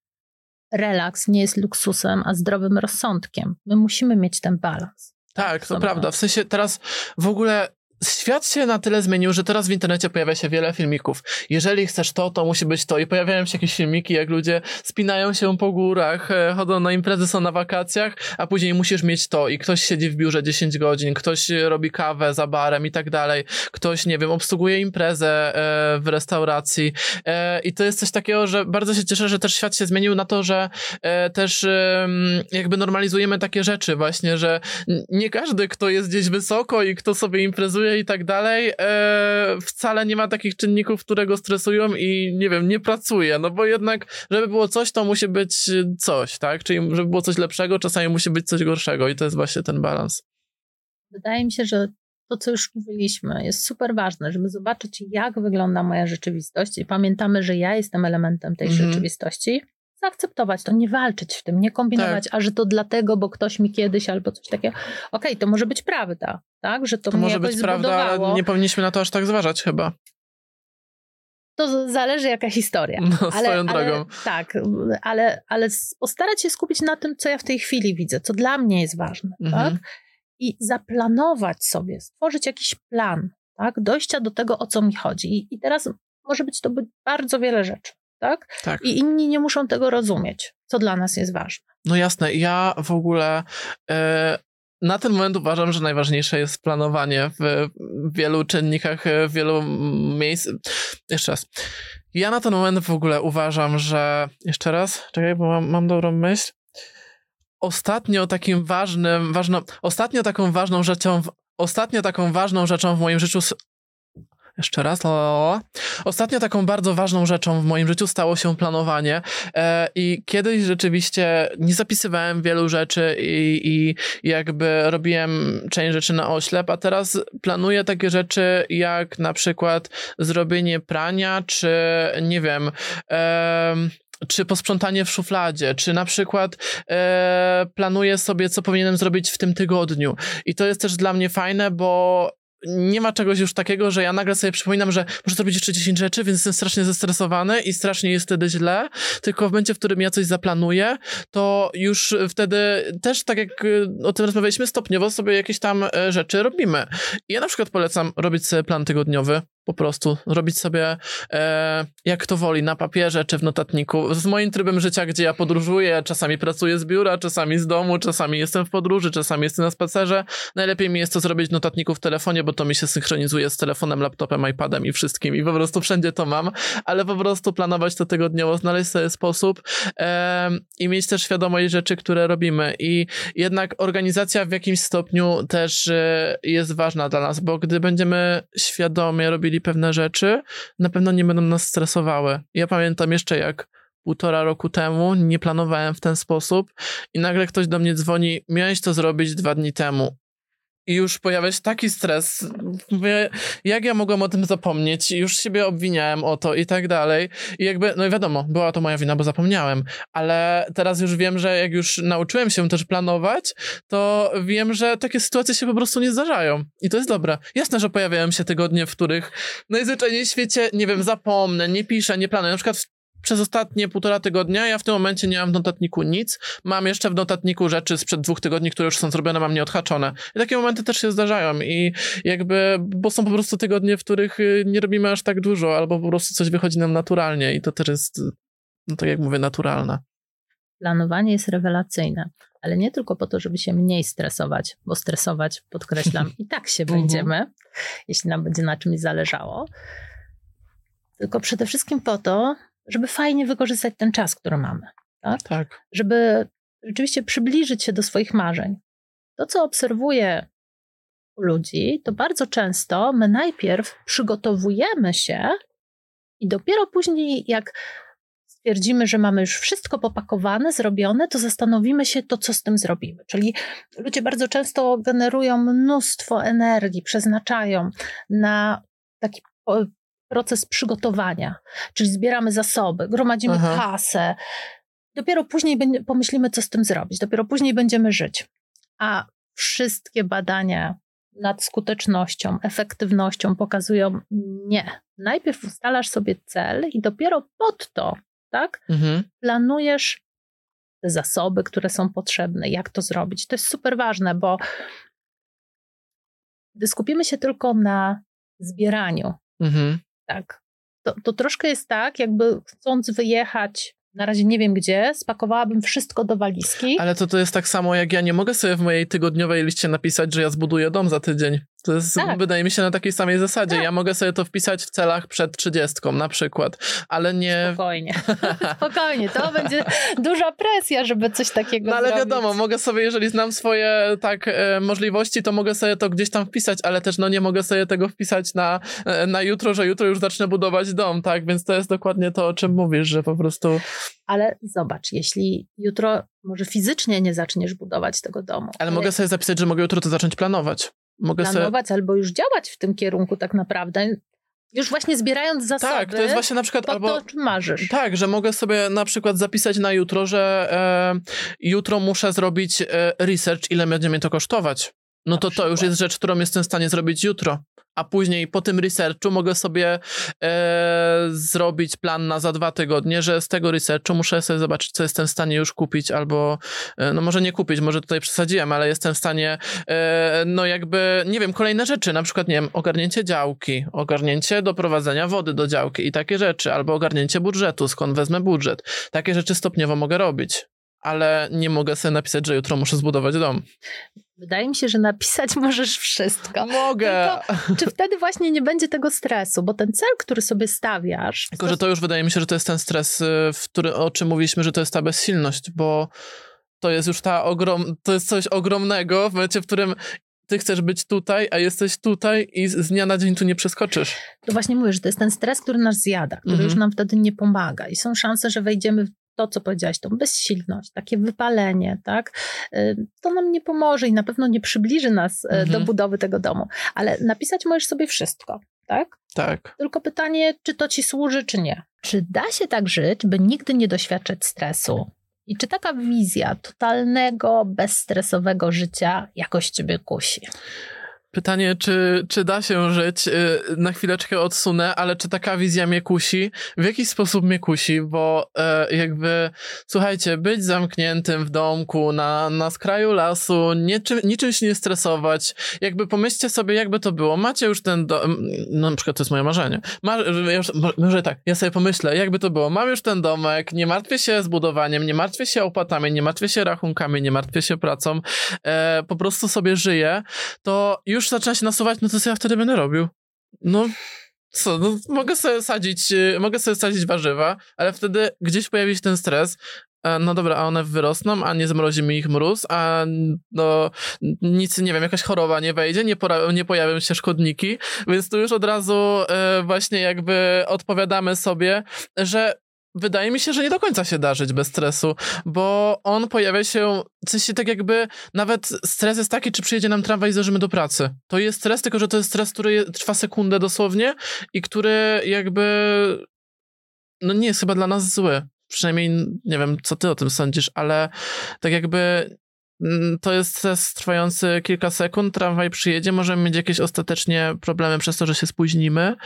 relaks nie jest luksusem, a zdrowym rozsądkiem. My musimy mieć ten balans. Tak, to prawda. W sensie teraz w ogóle świat się na tyle zmienił, że teraz w internecie pojawia się wiele filmików. Jeżeli chcesz to musi być to. I pojawiają się jakieś filmiki, jak ludzie spinają się po górach, chodzą na imprezy, są na wakacjach, a później musisz mieć to. I ktoś siedzi w biurze 10 godzin, ktoś robi kawę za barem i tak dalej. Ktoś, nie wiem, obsługuje imprezę w restauracji. I to jest coś takiego, że bardzo się cieszę, że też świat się zmienił na to, że też jakby normalizujemy takie rzeczy właśnie, że nie każdy, kto jest gdzieś wysoko i kto sobie imprezuje i tak dalej, wcale nie ma takich czynników, które go stresują i nie wiem, nie pracuje, no bo jednak, żeby było coś, to musi być coś, tak? Czyli żeby było coś lepszego, czasami musi być coś gorszego i to jest właśnie ten balans. Wydaje mi się, że to, co już mówiliśmy, jest super ważne, żeby zobaczyć, jak wygląda moja rzeczywistość i pamiętamy, że ja jestem elementem tej rzeczywistości, zaakceptować to, nie walczyć w tym, nie kombinować, a że to dlatego, bo ktoś mi kiedyś albo coś takiego. Okej, to może być prawda, tak? Że to mnie może jakoś być prawda, ale nie powinniśmy na to aż tak zważać chyba. To zależy jaka historia. No, swoją drogą. Tak, ale postarać się skupić na tym, co ja w tej chwili widzę, co dla mnie jest ważne, tak? I zaplanować sobie, stworzyć jakiś plan, tak? Dojścia do tego, o co mi chodzi. I teraz może być to bardzo wiele rzeczy. Tak? I inni nie muszą tego rozumieć, co dla nas jest ważne. No jasne, ja w ogóle na ten moment uważam, że najważniejsze jest planowanie w wielu czynnikach, w wielu miejsc. Jeszcze raz. Ja na ten moment w ogóle uważam, że... Jeszcze raz, czekaj, bo mam dobrą myśl. Ostatnio taką ważną rzeczą w moim życiu... Jeszcze raz. Ostatnio taką bardzo ważną rzeczą w moim życiu stało się planowanie i kiedyś rzeczywiście nie zapisywałem wielu rzeczy i jakby robiłem część rzeczy na oślep, a teraz planuję takie rzeczy jak na przykład zrobienie prania, czy nie wiem... czy posprzątanie w szufladzie, czy na przykład planuję sobie, co powinienem zrobić w tym tygodniu. I to jest też dla mnie fajne, bo nie ma czegoś już takiego, że ja nagle sobie przypominam, że muszę zrobić jeszcze 10 rzeczy, więc jestem strasznie zestresowany i strasznie jest wtedy źle, tylko w momencie, w którym ja coś zaplanuję, to już wtedy też, tak jak o tym rozmawialiśmy, stopniowo sobie jakieś tam rzeczy robimy. I ja na przykład polecam robić sobie plan tygodniowy, po prostu robić sobie jak kto woli, na papierze czy w notatniku. Z moim trybem życia, gdzie ja podróżuję, czasami pracuję z biura, czasami z domu, czasami jestem w podróży, czasami jestem na spacerze. Najlepiej mi jest to zrobić w notatniku w telefonie, bo to mi się synchronizuje z telefonem, laptopem, iPadem i wszystkim i po prostu wszędzie to mam, ale po prostu planować to tygodniowo, znaleźć sobie sposób i mieć też świadomość rzeczy, które robimy. I jednak organizacja w jakimś stopniu też jest ważna dla nas, bo gdy będziemy świadomie robili pewne rzeczy, na pewno nie będą nas stresowały. Ja pamiętam jeszcze jak 1,5 roku temu nie planowałem w ten sposób i nagle ktoś do mnie dzwoni, miałeś to zrobić 2 dni temu. i już pojawia się taki stres. Mówię, jak ja mogłem o tym zapomnieć? Już siebie obwiniałem o to i tak dalej. I jakby, no i wiadomo, była to moja wina, bo zapomniałem. Ale teraz już wiem, że jak już nauczyłem się też planować, to wiem, że takie sytuacje się po prostu nie zdarzają. I to jest dobre. Jasne, że pojawiają się tygodnie, w których najzwyczajniej w świecie, nie wiem, zapomnę, nie piszę, nie planuję. Na przykład przez ostatnie 1,5 tygodnia ja w tym momencie nie mam w notatniku nic. Mam jeszcze w notatniku rzeczy sprzed 2 tygodni, które już są zrobione, mam nieodhaczone. I takie momenty też się zdarzają i jakby, bo są po prostu tygodnie, w których nie robimy aż tak dużo, albo po prostu coś wychodzi nam naturalnie i to też jest, no tak jak mówię, naturalne. Planowanie jest rewelacyjne, ale nie tylko po to, żeby się mniej stresować, bo stresować, podkreślam, i tak się będziemy, jeśli nam będzie na czymś zależało, tylko przede wszystkim po to, żeby fajnie wykorzystać ten czas, który mamy. Tak? Tak. Żeby rzeczywiście przybliżyć się do swoich marzeń. To, co obserwuję u ludzi, to bardzo często my najpierw przygotowujemy się i dopiero później, jak stwierdzimy, że mamy już wszystko popakowane, zrobione, to zastanowimy się to, co z tym zrobimy. Czyli ludzie bardzo często generują mnóstwo energii, przeznaczają na taki proces przygotowania, czyli zbieramy zasoby, gromadzimy kasę. Dopiero później pomyślimy, co z tym zrobić. Dopiero później będziemy żyć. A wszystkie badania nad skutecznością, efektywnością pokazują nie. Najpierw ustalasz sobie cel i dopiero pod to, tak, planujesz te zasoby, które są potrzebne, jak to zrobić. To jest super ważne, bo gdy skupimy się tylko na zbieraniu, tak, to troszkę jest tak, jakby chcąc wyjechać, na razie nie wiem gdzie, spakowałabym wszystko do walizki. Ale to jest tak samo, jak ja nie mogę sobie w mojej tygodniowej liście napisać, że ja zbuduję dom za tydzień. To jest, wydaje mi się, na takiej samej zasadzie. Ja mogę sobie to wpisać w celach przed 30 na przykład, ale nie... Spokojnie, spokojnie. To będzie duża presja, żeby coś takiego ale zrobić. Wiadomo, mogę sobie, jeżeli znam swoje możliwości, to mogę sobie to gdzieś tam wpisać, ale też nie mogę sobie tego wpisać na jutro, że jutro już zacznę budować dom, tak? Więc to jest dokładnie to, o czym mówisz, że po prostu... Ale zobacz, jeśli jutro może fizycznie nie zaczniesz budować tego domu. Ale mogę sobie zapisać, że mogę jutro to zacząć planować. Mogę planować albo już działać w tym kierunku tak naprawdę. Już właśnie zbierając zasoby. Tak, to jest właśnie na przykład albo to, o czym marzysz. Tak, że mogę sobie na przykład zapisać na jutro, że jutro muszę zrobić research, ile będzie mnie to kosztować. No to już jest rzecz, którą jestem w stanie zrobić jutro. A później po tym researchu mogę sobie zrobić plan na za 2 tygodnie, że z tego researchu muszę sobie zobaczyć, co jestem w stanie już kupić, albo no może nie kupić, może tutaj przesadziłem, ale jestem w stanie no jakby, nie wiem, kolejne rzeczy, na przykład, nie wiem, ogarnięcie działki, ogarnięcie doprowadzenia wody do działki i takie rzeczy, albo ogarnięcie budżetu, skąd wezmę budżet. Takie rzeczy stopniowo mogę robić, ale nie mogę sobie napisać, że jutro muszę zbudować dom. Wydaje mi się, że napisać możesz wszystko. Mogę. Tylko, czy wtedy właśnie nie będzie tego stresu? Bo ten cel, który sobie stawiasz... Tylko, że to już wydaje mi się, że to jest ten stres, o czym mówiliśmy, że to jest ta bezsilność, bo to jest już to jest coś ogromnego w momencie, w którym ty chcesz być tutaj, a jesteś tutaj i z dnia na dzień tu nie przeskoczysz. To właśnie mówisz, że to jest ten stres, który nas zjada, który już nam wtedy nie pomaga i są szanse, że wejdziemy w to, co powiedziałaś, tą bezsilność, takie wypalenie, tak? To nam nie pomoże i na pewno nie przybliży nas do budowy tego domu. Ale napisać możesz sobie wszystko, tak? Tak. Tylko pytanie, czy to ci służy, czy nie. Czy da się tak żyć, by nigdy nie doświadczać stresu? I czy taka wizja totalnego, bezstresowego życia jakoś ciebie kusi? Pytanie, czy da się żyć, na chwileczkę odsunę, ale czy taka wizja mnie kusi? W jaki sposób mnie kusi? Bo jakby, słuchajcie, być zamkniętym w domku, na skraju lasu, niczym się nie stresować. Jakby pomyślcie sobie, jakby to było. Macie już ten dom, no na przykład to jest moje marzenie. Może tak, ja sobie pomyślę, jakby to było. Mam już ten domek, nie martwię się zbudowaniem, nie martwię się opłatami, nie martwię się rachunkami, nie martwię się pracą. Po prostu sobie żyję. To już zaczyna się nasuwać, no to co ja wtedy będę robił? No co, no mogę sobie sadzić warzywa, ale wtedy gdzieś pojawi się ten stres, no dobra, a one wyrosną, a nie zmrozi mi ich mróz, a no nic, nie wiem, jakaś choroba nie wejdzie, nie pojawią się szkodniki, więc tu już od razu właśnie jakby odpowiadamy sobie, że wydaje mi się, że nie do końca się da żyć bez stresu, bo on pojawia się, w sensie tak jakby nawet stres jest taki, czy przyjedzie nam tramwaj i zdążymy do pracy. To jest stres, tylko że to jest stres, który trwa sekundę dosłownie i który jakby nie jest chyba dla nas zły. Przynajmniej nie wiem, co ty o tym sądzisz, ale tak jakby to jest stres trwający kilka sekund, tramwaj przyjedzie, możemy mieć jakieś ostatecznie problemy przez to, że się spóźnimy.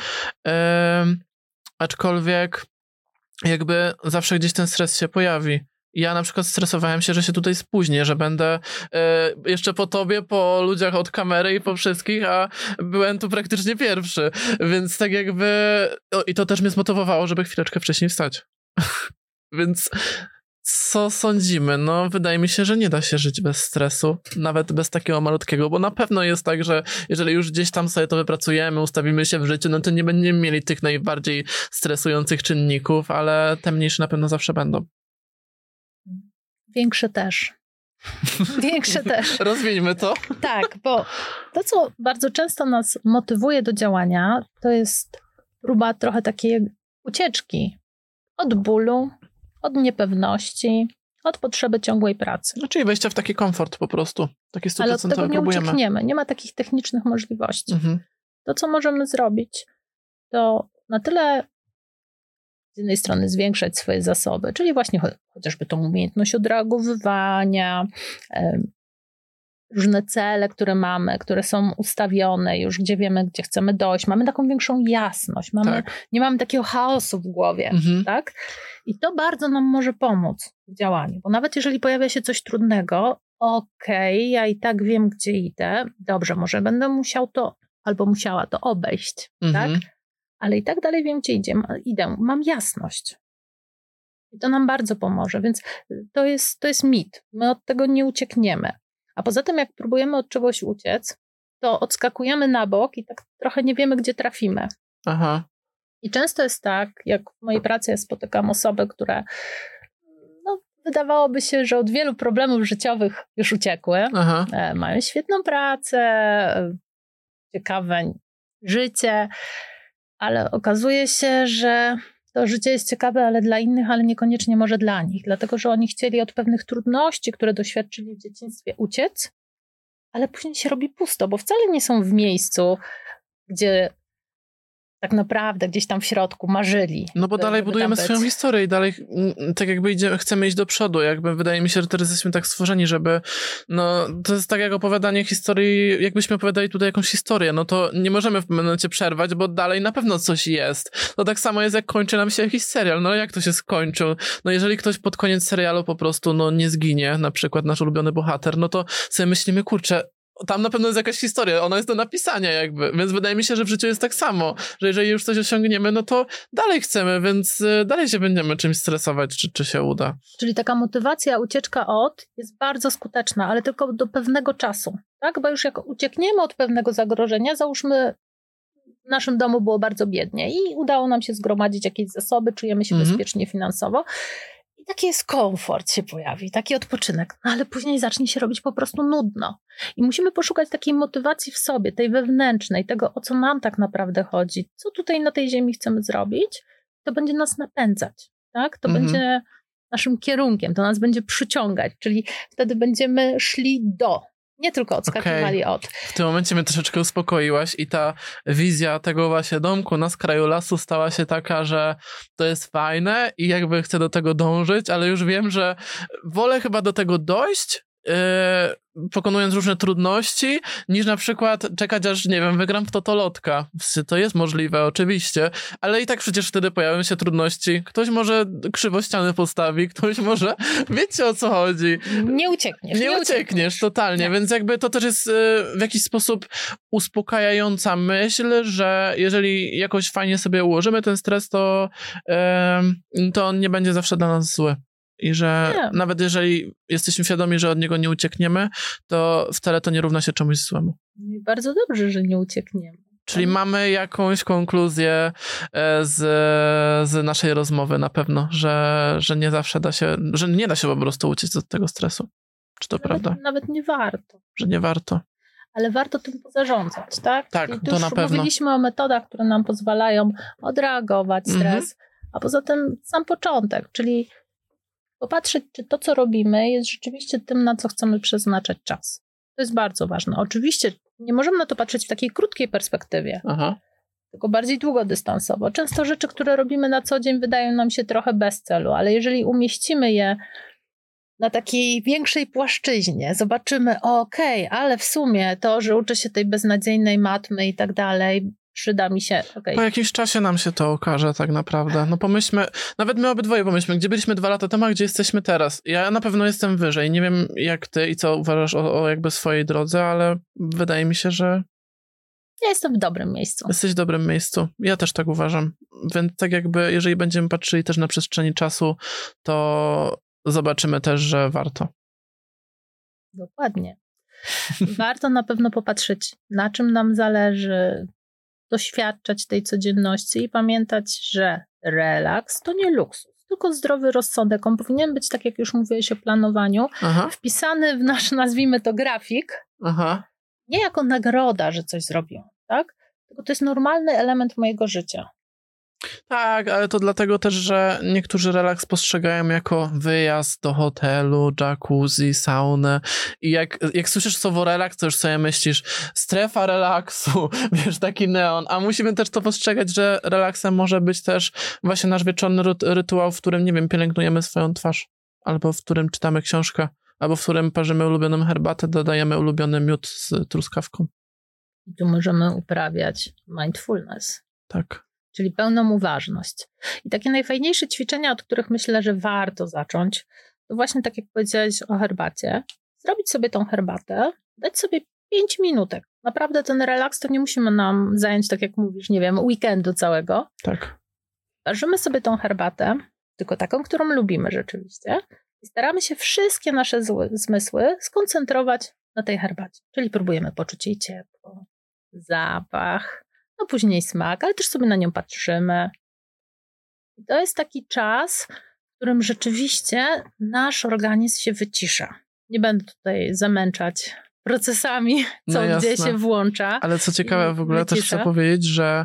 Aczkolwiek jakby zawsze gdzieś ten stres się pojawi. Ja na przykład stresowałem się, że się tutaj spóźnię, że będę jeszcze po tobie, po ludziach od kamery i po wszystkich, a byłem tu praktycznie pierwszy. Więc tak jakby... I to też mnie zmotywowało, żeby chwileczkę wcześniej wstać. Więc co sądzimy? Wydaje mi się, że nie da się żyć bez stresu, nawet bez takiego malutkiego, bo na pewno jest tak, że jeżeli już gdzieś tam sobie to wypracujemy, ustawimy się w życiu, to nie będziemy mieli tych najbardziej stresujących czynników, ale te mniejsze na pewno zawsze będą. Większe też. Większe też. Rozwieńmy to. Tak, bo to, co bardzo często nas motywuje do działania, to jest próba trochę takiej ucieczki od bólu, od niepewności, od potrzeby ciągłej pracy. Czyli wejścia w taki komfort po prostu. Taki 100% ale od tego nie próbujemy. uciekniemy. Nie ma takich technicznych możliwości. To, co możemy zrobić, to na tyle z jednej strony zwiększać swoje zasoby, czyli właśnie chociażby tą umiejętność odreagowywania, różne cele, które mamy, które są ustawione już, gdzie wiemy, gdzie chcemy dojść. Mamy taką większą jasność. Nie mamy takiego chaosu w głowie. Tak? I to bardzo nam może pomóc w działaniu, bo nawet jeżeli pojawia się coś trudnego, ja i tak wiem, gdzie idę. Dobrze, może będę musiał to albo musiała to obejść, tak? Ale i tak dalej wiem, gdzie idę. Mam jasność. I to nam bardzo pomoże, więc to jest mit. My od tego nie uciekniemy. A poza tym, jak próbujemy od czegoś uciec, to odskakujemy na bok i tak trochę nie wiemy, gdzie trafimy. Aha. I często jest tak, jak w mojej pracy ja spotykam osoby, które wydawałoby się, że od wielu problemów życiowych już uciekły. Aha. Mają świetną pracę, ciekawe życie, ale okazuje się, że to życie jest ciekawe, ale dla innych, ale niekoniecznie może dla nich, dlatego że oni chcieli od pewnych trudności, które doświadczyli w dzieciństwie, uciec, ale później się robi pusto, bo wcale nie są w miejscu, gdzie tak naprawdę gdzieś tam w środku marzyli. Bo dalej budujemy swoją historię i dalej tak jakby chcemy iść do przodu. Jakby wydaje mi się, że teraz jesteśmy tak stworzeni, żeby to jest tak jak opowiadanie historii, jakbyśmy opowiadali tutaj jakąś historię, to nie możemy w pewnym momencie przerwać, bo dalej na pewno coś jest. To tak samo jest, jak kończy nam się jakiś serial. Jak to się skończył? Jeżeli ktoś pod koniec serialu po prostu nie zginie, na przykład nasz ulubiony bohater, to sobie myślimy, kurczę, tam na pewno jest jakaś historia, ona jest do napisania jakby, więc wydaje mi się, że w życiu jest tak samo, że jeżeli już coś osiągniemy, to dalej chcemy, więc dalej się będziemy czymś stresować, czy się uda. Czyli taka motywacja, ucieczka jest bardzo skuteczna, ale tylko do pewnego czasu, tak? Bo już jak uciekniemy od pewnego zagrożenia, załóżmy, w naszym domu było bardzo biednie i udało nam się zgromadzić jakieś zasoby, czujemy się bezpiecznie finansowo. I taki jest komfort się pojawi, taki odpoczynek, ale później zacznie się robić po prostu nudno. I musimy poszukać takiej motywacji w sobie, tej wewnętrznej, tego, o co nam tak naprawdę chodzi, co tutaj na tej ziemi chcemy zrobić, to będzie nas napędzać, tak? To będzie naszym kierunkiem, to nas będzie przyciągać, czyli wtedy będziemy szli nie tylko odskakiwali od. W tym momencie mnie troszeczkę uspokoiłaś i ta wizja tego właśnie domku na skraju lasu stała się taka, że to jest fajne i jakby chcę do tego dążyć, ale już wiem, że wolę chyba do tego dojść, pokonując różne trudności, niż na przykład czekać, aż, nie wiem, wygram w totolotka. To jest możliwe, oczywiście, ale i tak przecież wtedy pojawią się trudności. Ktoś może krzywo ściany postawi, ktoś może... Wiecie, o co chodzi. Nie uciekniesz. Nie uciekniesz, totalnie, nie. Więc jakby to też jest w jakiś sposób uspokajająca myśl, że jeżeli jakoś fajnie sobie ułożymy ten stres, to on nie będzie zawsze dla nas zły. I że nawet jeżeli jesteśmy świadomi, że od niego nie uciekniemy, to wcale to nie równa się czemuś złemu. Bardzo dobrze, że nie uciekniemy. Czyli mamy jakąś konkluzję z naszej rozmowy na pewno, że nie zawsze że nie da się po prostu uciec od tego stresu. Czy to prawda? Nawet nie warto. Że nie warto. Ale warto tym pozarządzać, tak? Tak, i to na pewno. Mówiliśmy o metodach, które nam pozwalają odreagować stres, A poza tym sam początek, czyli popatrzeć, czy to, co robimy, jest rzeczywiście tym, na co chcemy przeznaczać czas. To jest bardzo ważne. Oczywiście nie możemy na to patrzeć w takiej krótkiej perspektywie, tylko bardziej długodystansowo. Często rzeczy, które robimy na co dzień, wydają nam się trochę bez celu, ale jeżeli umieścimy je na takiej większej płaszczyźnie, zobaczymy, ale w sumie to, że uczę się tej beznadziejnej matmy i tak dalej, przyda mi się. Po jakimś czasie nam się to okaże tak naprawdę. No pomyślmy, nawet my obydwoje pomyślmy, gdzie byliśmy 2 lata temu, a gdzie jesteśmy teraz. Ja na pewno jestem wyżej. Nie wiem jak ty i co uważasz o jakby swojej drodze, ale wydaje mi się, że ja jestem w dobrym miejscu. Jesteś w dobrym miejscu. Ja też tak uważam. Więc tak jakby, jeżeli będziemy patrzyli też na przestrzeni czasu, to zobaczymy też, że warto. Dokładnie. Warto na pewno popatrzeć, na czym nam zależy, doświadczać tej codzienności i pamiętać, że relaks to nie luksus, tylko zdrowy rozsądek. On powinien być, tak jak już mówiłeś o planowaniu, wpisany w nasz, nazwijmy to, grafik, nie jako nagroda, że coś zrobiłem, tak? Tylko to jest normalny element mojego życia. Tak, ale to dlatego też, że niektórzy relaks postrzegają jako wyjazd do hotelu, jacuzzi, saunę i jak słyszysz słowo relaks, to już sobie myślisz strefa relaksu, wiesz, taki neon, a musimy też to postrzegać, że relaksem może być też właśnie nasz wieczorny rytuał, w którym, nie wiem, pielęgnujemy swoją twarz, albo w którym czytamy książkę, albo w którym parzymy ulubioną herbatę, dodajemy ulubiony miód z truskawką. I tu możemy uprawiać mindfulness. Tak. Czyli pełną uważność. I takie najfajniejsze ćwiczenia, od których myślę, że warto zacząć, to właśnie tak jak powiedziałeś o herbacie, zrobić sobie tą herbatę, dać sobie 5 minutek. Naprawdę ten relaks to nie musimy nam zająć, tak jak mówisz, nie wiem, weekendu całego. Tak. Parzymy sobie tą herbatę, tylko taką, którą lubimy rzeczywiście i staramy się wszystkie nasze zmysły skoncentrować na tej herbacie. Czyli próbujemy poczuć jej ciepło, zapach, no później smak, ale też sobie na nią patrzymy. I to jest taki czas, w którym rzeczywiście nasz organizm się wycisza. Nie będę tutaj zamęczać procesami, gdzie się włącza. Ale co ciekawe, w ogóle też chcę powiedzieć, że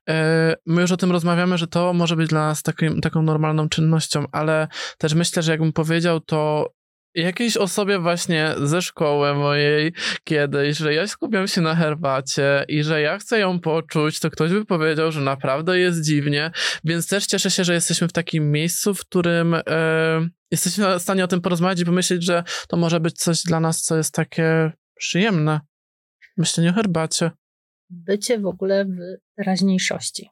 my już o tym rozmawiamy, że to może być dla nas taką normalną czynnością, ale też myślę, że jakbym powiedział to jakiejś osobie właśnie ze szkoły mojej kiedyś, że ja skupiam się na herbacie i że ja chcę ją poczuć, to ktoś by powiedział, że naprawdę jest dziwnie, więc też cieszę się, że jesteśmy w takim miejscu, w którym jesteśmy w stanie o tym porozmawiać i pomyśleć, że to może być coś dla nas, co jest takie przyjemne. Myślenie o herbacie. Bycie w ogóle w teraźniejszości.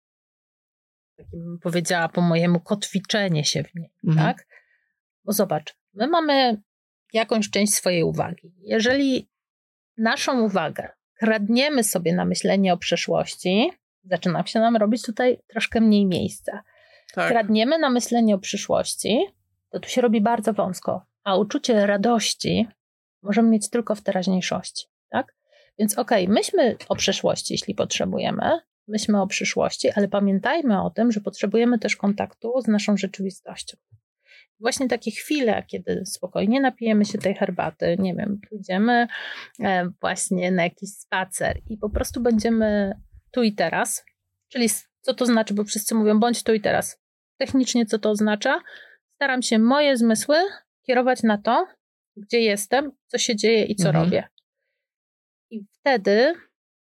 Takim powiedziała po mojemu kotwiczenie się w niej, tak? Bo zobacz, my mamy jakąś część swojej uwagi. Jeżeli naszą uwagę kradniemy sobie na myślenie o przeszłości, zaczyna się nam robić tutaj troszkę mniej miejsca. Tak. Kradniemy na myślenie o przyszłości, to tu się robi bardzo wąsko, a uczucie radości możemy mieć tylko w teraźniejszości, tak? Więc myślmy o przeszłości, jeśli potrzebujemy, myślmy o przyszłości, ale pamiętajmy o tym, że potrzebujemy też kontaktu z naszą rzeczywistością. Właśnie takie chwile, kiedy spokojnie napijemy się tej herbaty, nie wiem, pójdziemy właśnie na jakiś spacer i po prostu będziemy tu i teraz, czyli co to znaczy, bo wszyscy mówią bądź tu i teraz. Technicznie co to oznacza? Staram się moje zmysły kierować na to, gdzie jestem, co się dzieje i co robię. I wtedy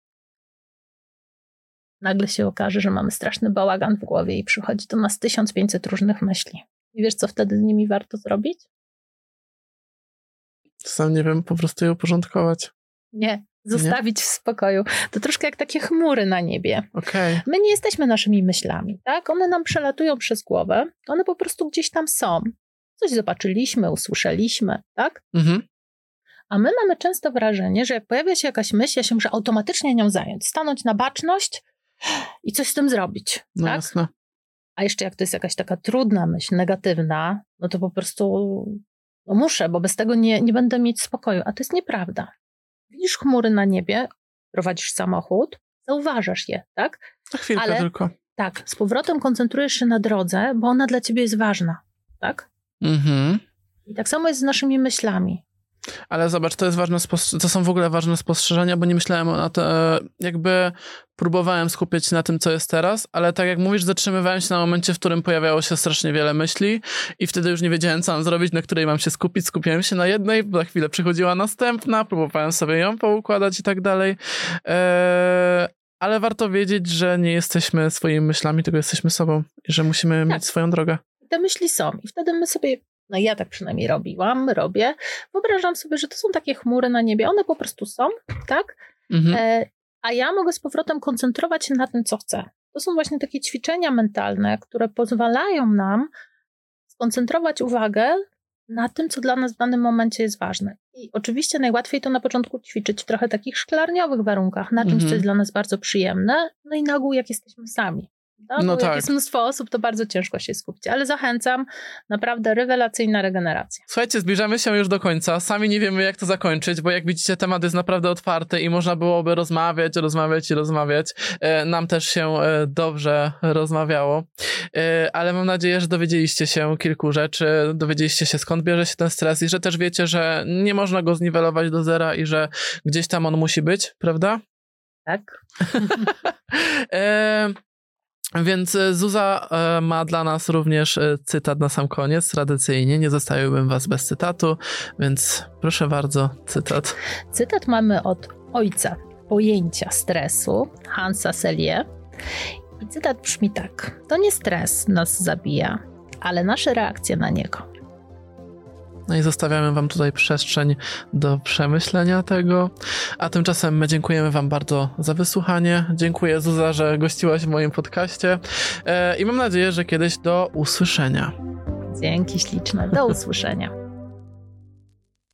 nagle się okaże, że mamy straszny bałagan w głowie i przychodzi do nas 1500 różnych myśli. I wiesz, co wtedy z nimi warto zrobić? Sam nie wiem, po prostu je uporządkować. Nie, zostawić w spokoju. To troszkę jak takie chmury na niebie. Okay. My nie jesteśmy naszymi myślami, tak? One nam przelatują przez głowę, one po prostu gdzieś tam są. Coś zobaczyliśmy, usłyszeliśmy, tak? A my mamy często wrażenie, że jak pojawia się jakaś myśl, ja się muszę automatycznie nią zająć, stanąć na baczność i coś z tym zrobić, no tak? Jasne. A jeszcze jak to jest jakaś taka trudna myśl, negatywna, no to po prostu muszę, bo bez tego nie będę mieć spokoju. A to jest nieprawda. Widzisz chmury na niebie, prowadzisz samochód, zauważasz je, tak? Na chwilkę tylko. Tak, z powrotem koncentrujesz się na drodze, bo ona dla ciebie jest ważna, tak? I tak samo jest z naszymi myślami. Ale zobacz, to jest ważne, to są w ogóle ważne spostrzeżenia, bo nie myślałem o to, jakby próbowałem skupiać się na tym, co jest teraz, ale tak jak mówisz, zatrzymywałem się na momencie, w którym pojawiało się strasznie wiele myśli i wtedy już nie wiedziałem, co mam zrobić, na której mam się skupić. Skupiałem się na jednej, za chwilę przychodziła następna, próbowałem sobie ją poukładać i tak dalej. Ale warto wiedzieć, że nie jesteśmy swoimi myślami, tylko jesteśmy sobą i że musimy mieć swoją drogę. Te myśli są i wtedy my sobie, no ja tak przynajmniej robię, wyobrażam sobie, że to są takie chmury na niebie, one po prostu są, tak? A ja mogę z powrotem koncentrować się na tym, co chcę. To są właśnie takie ćwiczenia mentalne, które pozwalają nam skoncentrować uwagę na tym, co dla nas w danym momencie jest ważne. I oczywiście najłatwiej to na początku ćwiczyć w trochę takich szklarniowych warunkach, na czymś, co jest dla nas bardzo przyjemne, no i na ogół jak jesteśmy sami. No tak. Jak jest mnóstwo osób, to bardzo ciężko się skupić, ale zachęcam, naprawdę rewelacyjna regeneracja. Słuchajcie, zbliżamy się już do końca, sami nie wiemy, jak to zakończyć, bo jak widzicie, temat jest naprawdę otwarty i można byłoby rozmawiać. Nam też się dobrze rozmawiało, ale mam nadzieję, że dowiedzieliście się kilku rzeczy, dowiedzieliście się, skąd bierze się ten stres i że też wiecie, że nie można go zniwelować do zera i że gdzieś tam on musi być, prawda? Tak. Więc Zuza ma dla nas również cytat na sam koniec, tradycyjnie. Nie zostawiłbym was bez cytatu, więc proszę bardzo, cytat. Cytat mamy od ojca pojęcia stresu, Hansa Selye. I cytat brzmi tak. To nie stres nas zabija, ale nasze reakcje na niego. No i zostawiamy wam tutaj przestrzeń do przemyślenia tego. A tymczasem my dziękujemy wam bardzo za wysłuchanie. Dziękuję, Zuza, że gościłaś w moim podcaście. I mam nadzieję, że kiedyś do usłyszenia. Dzięki śliczne. Do usłyszenia.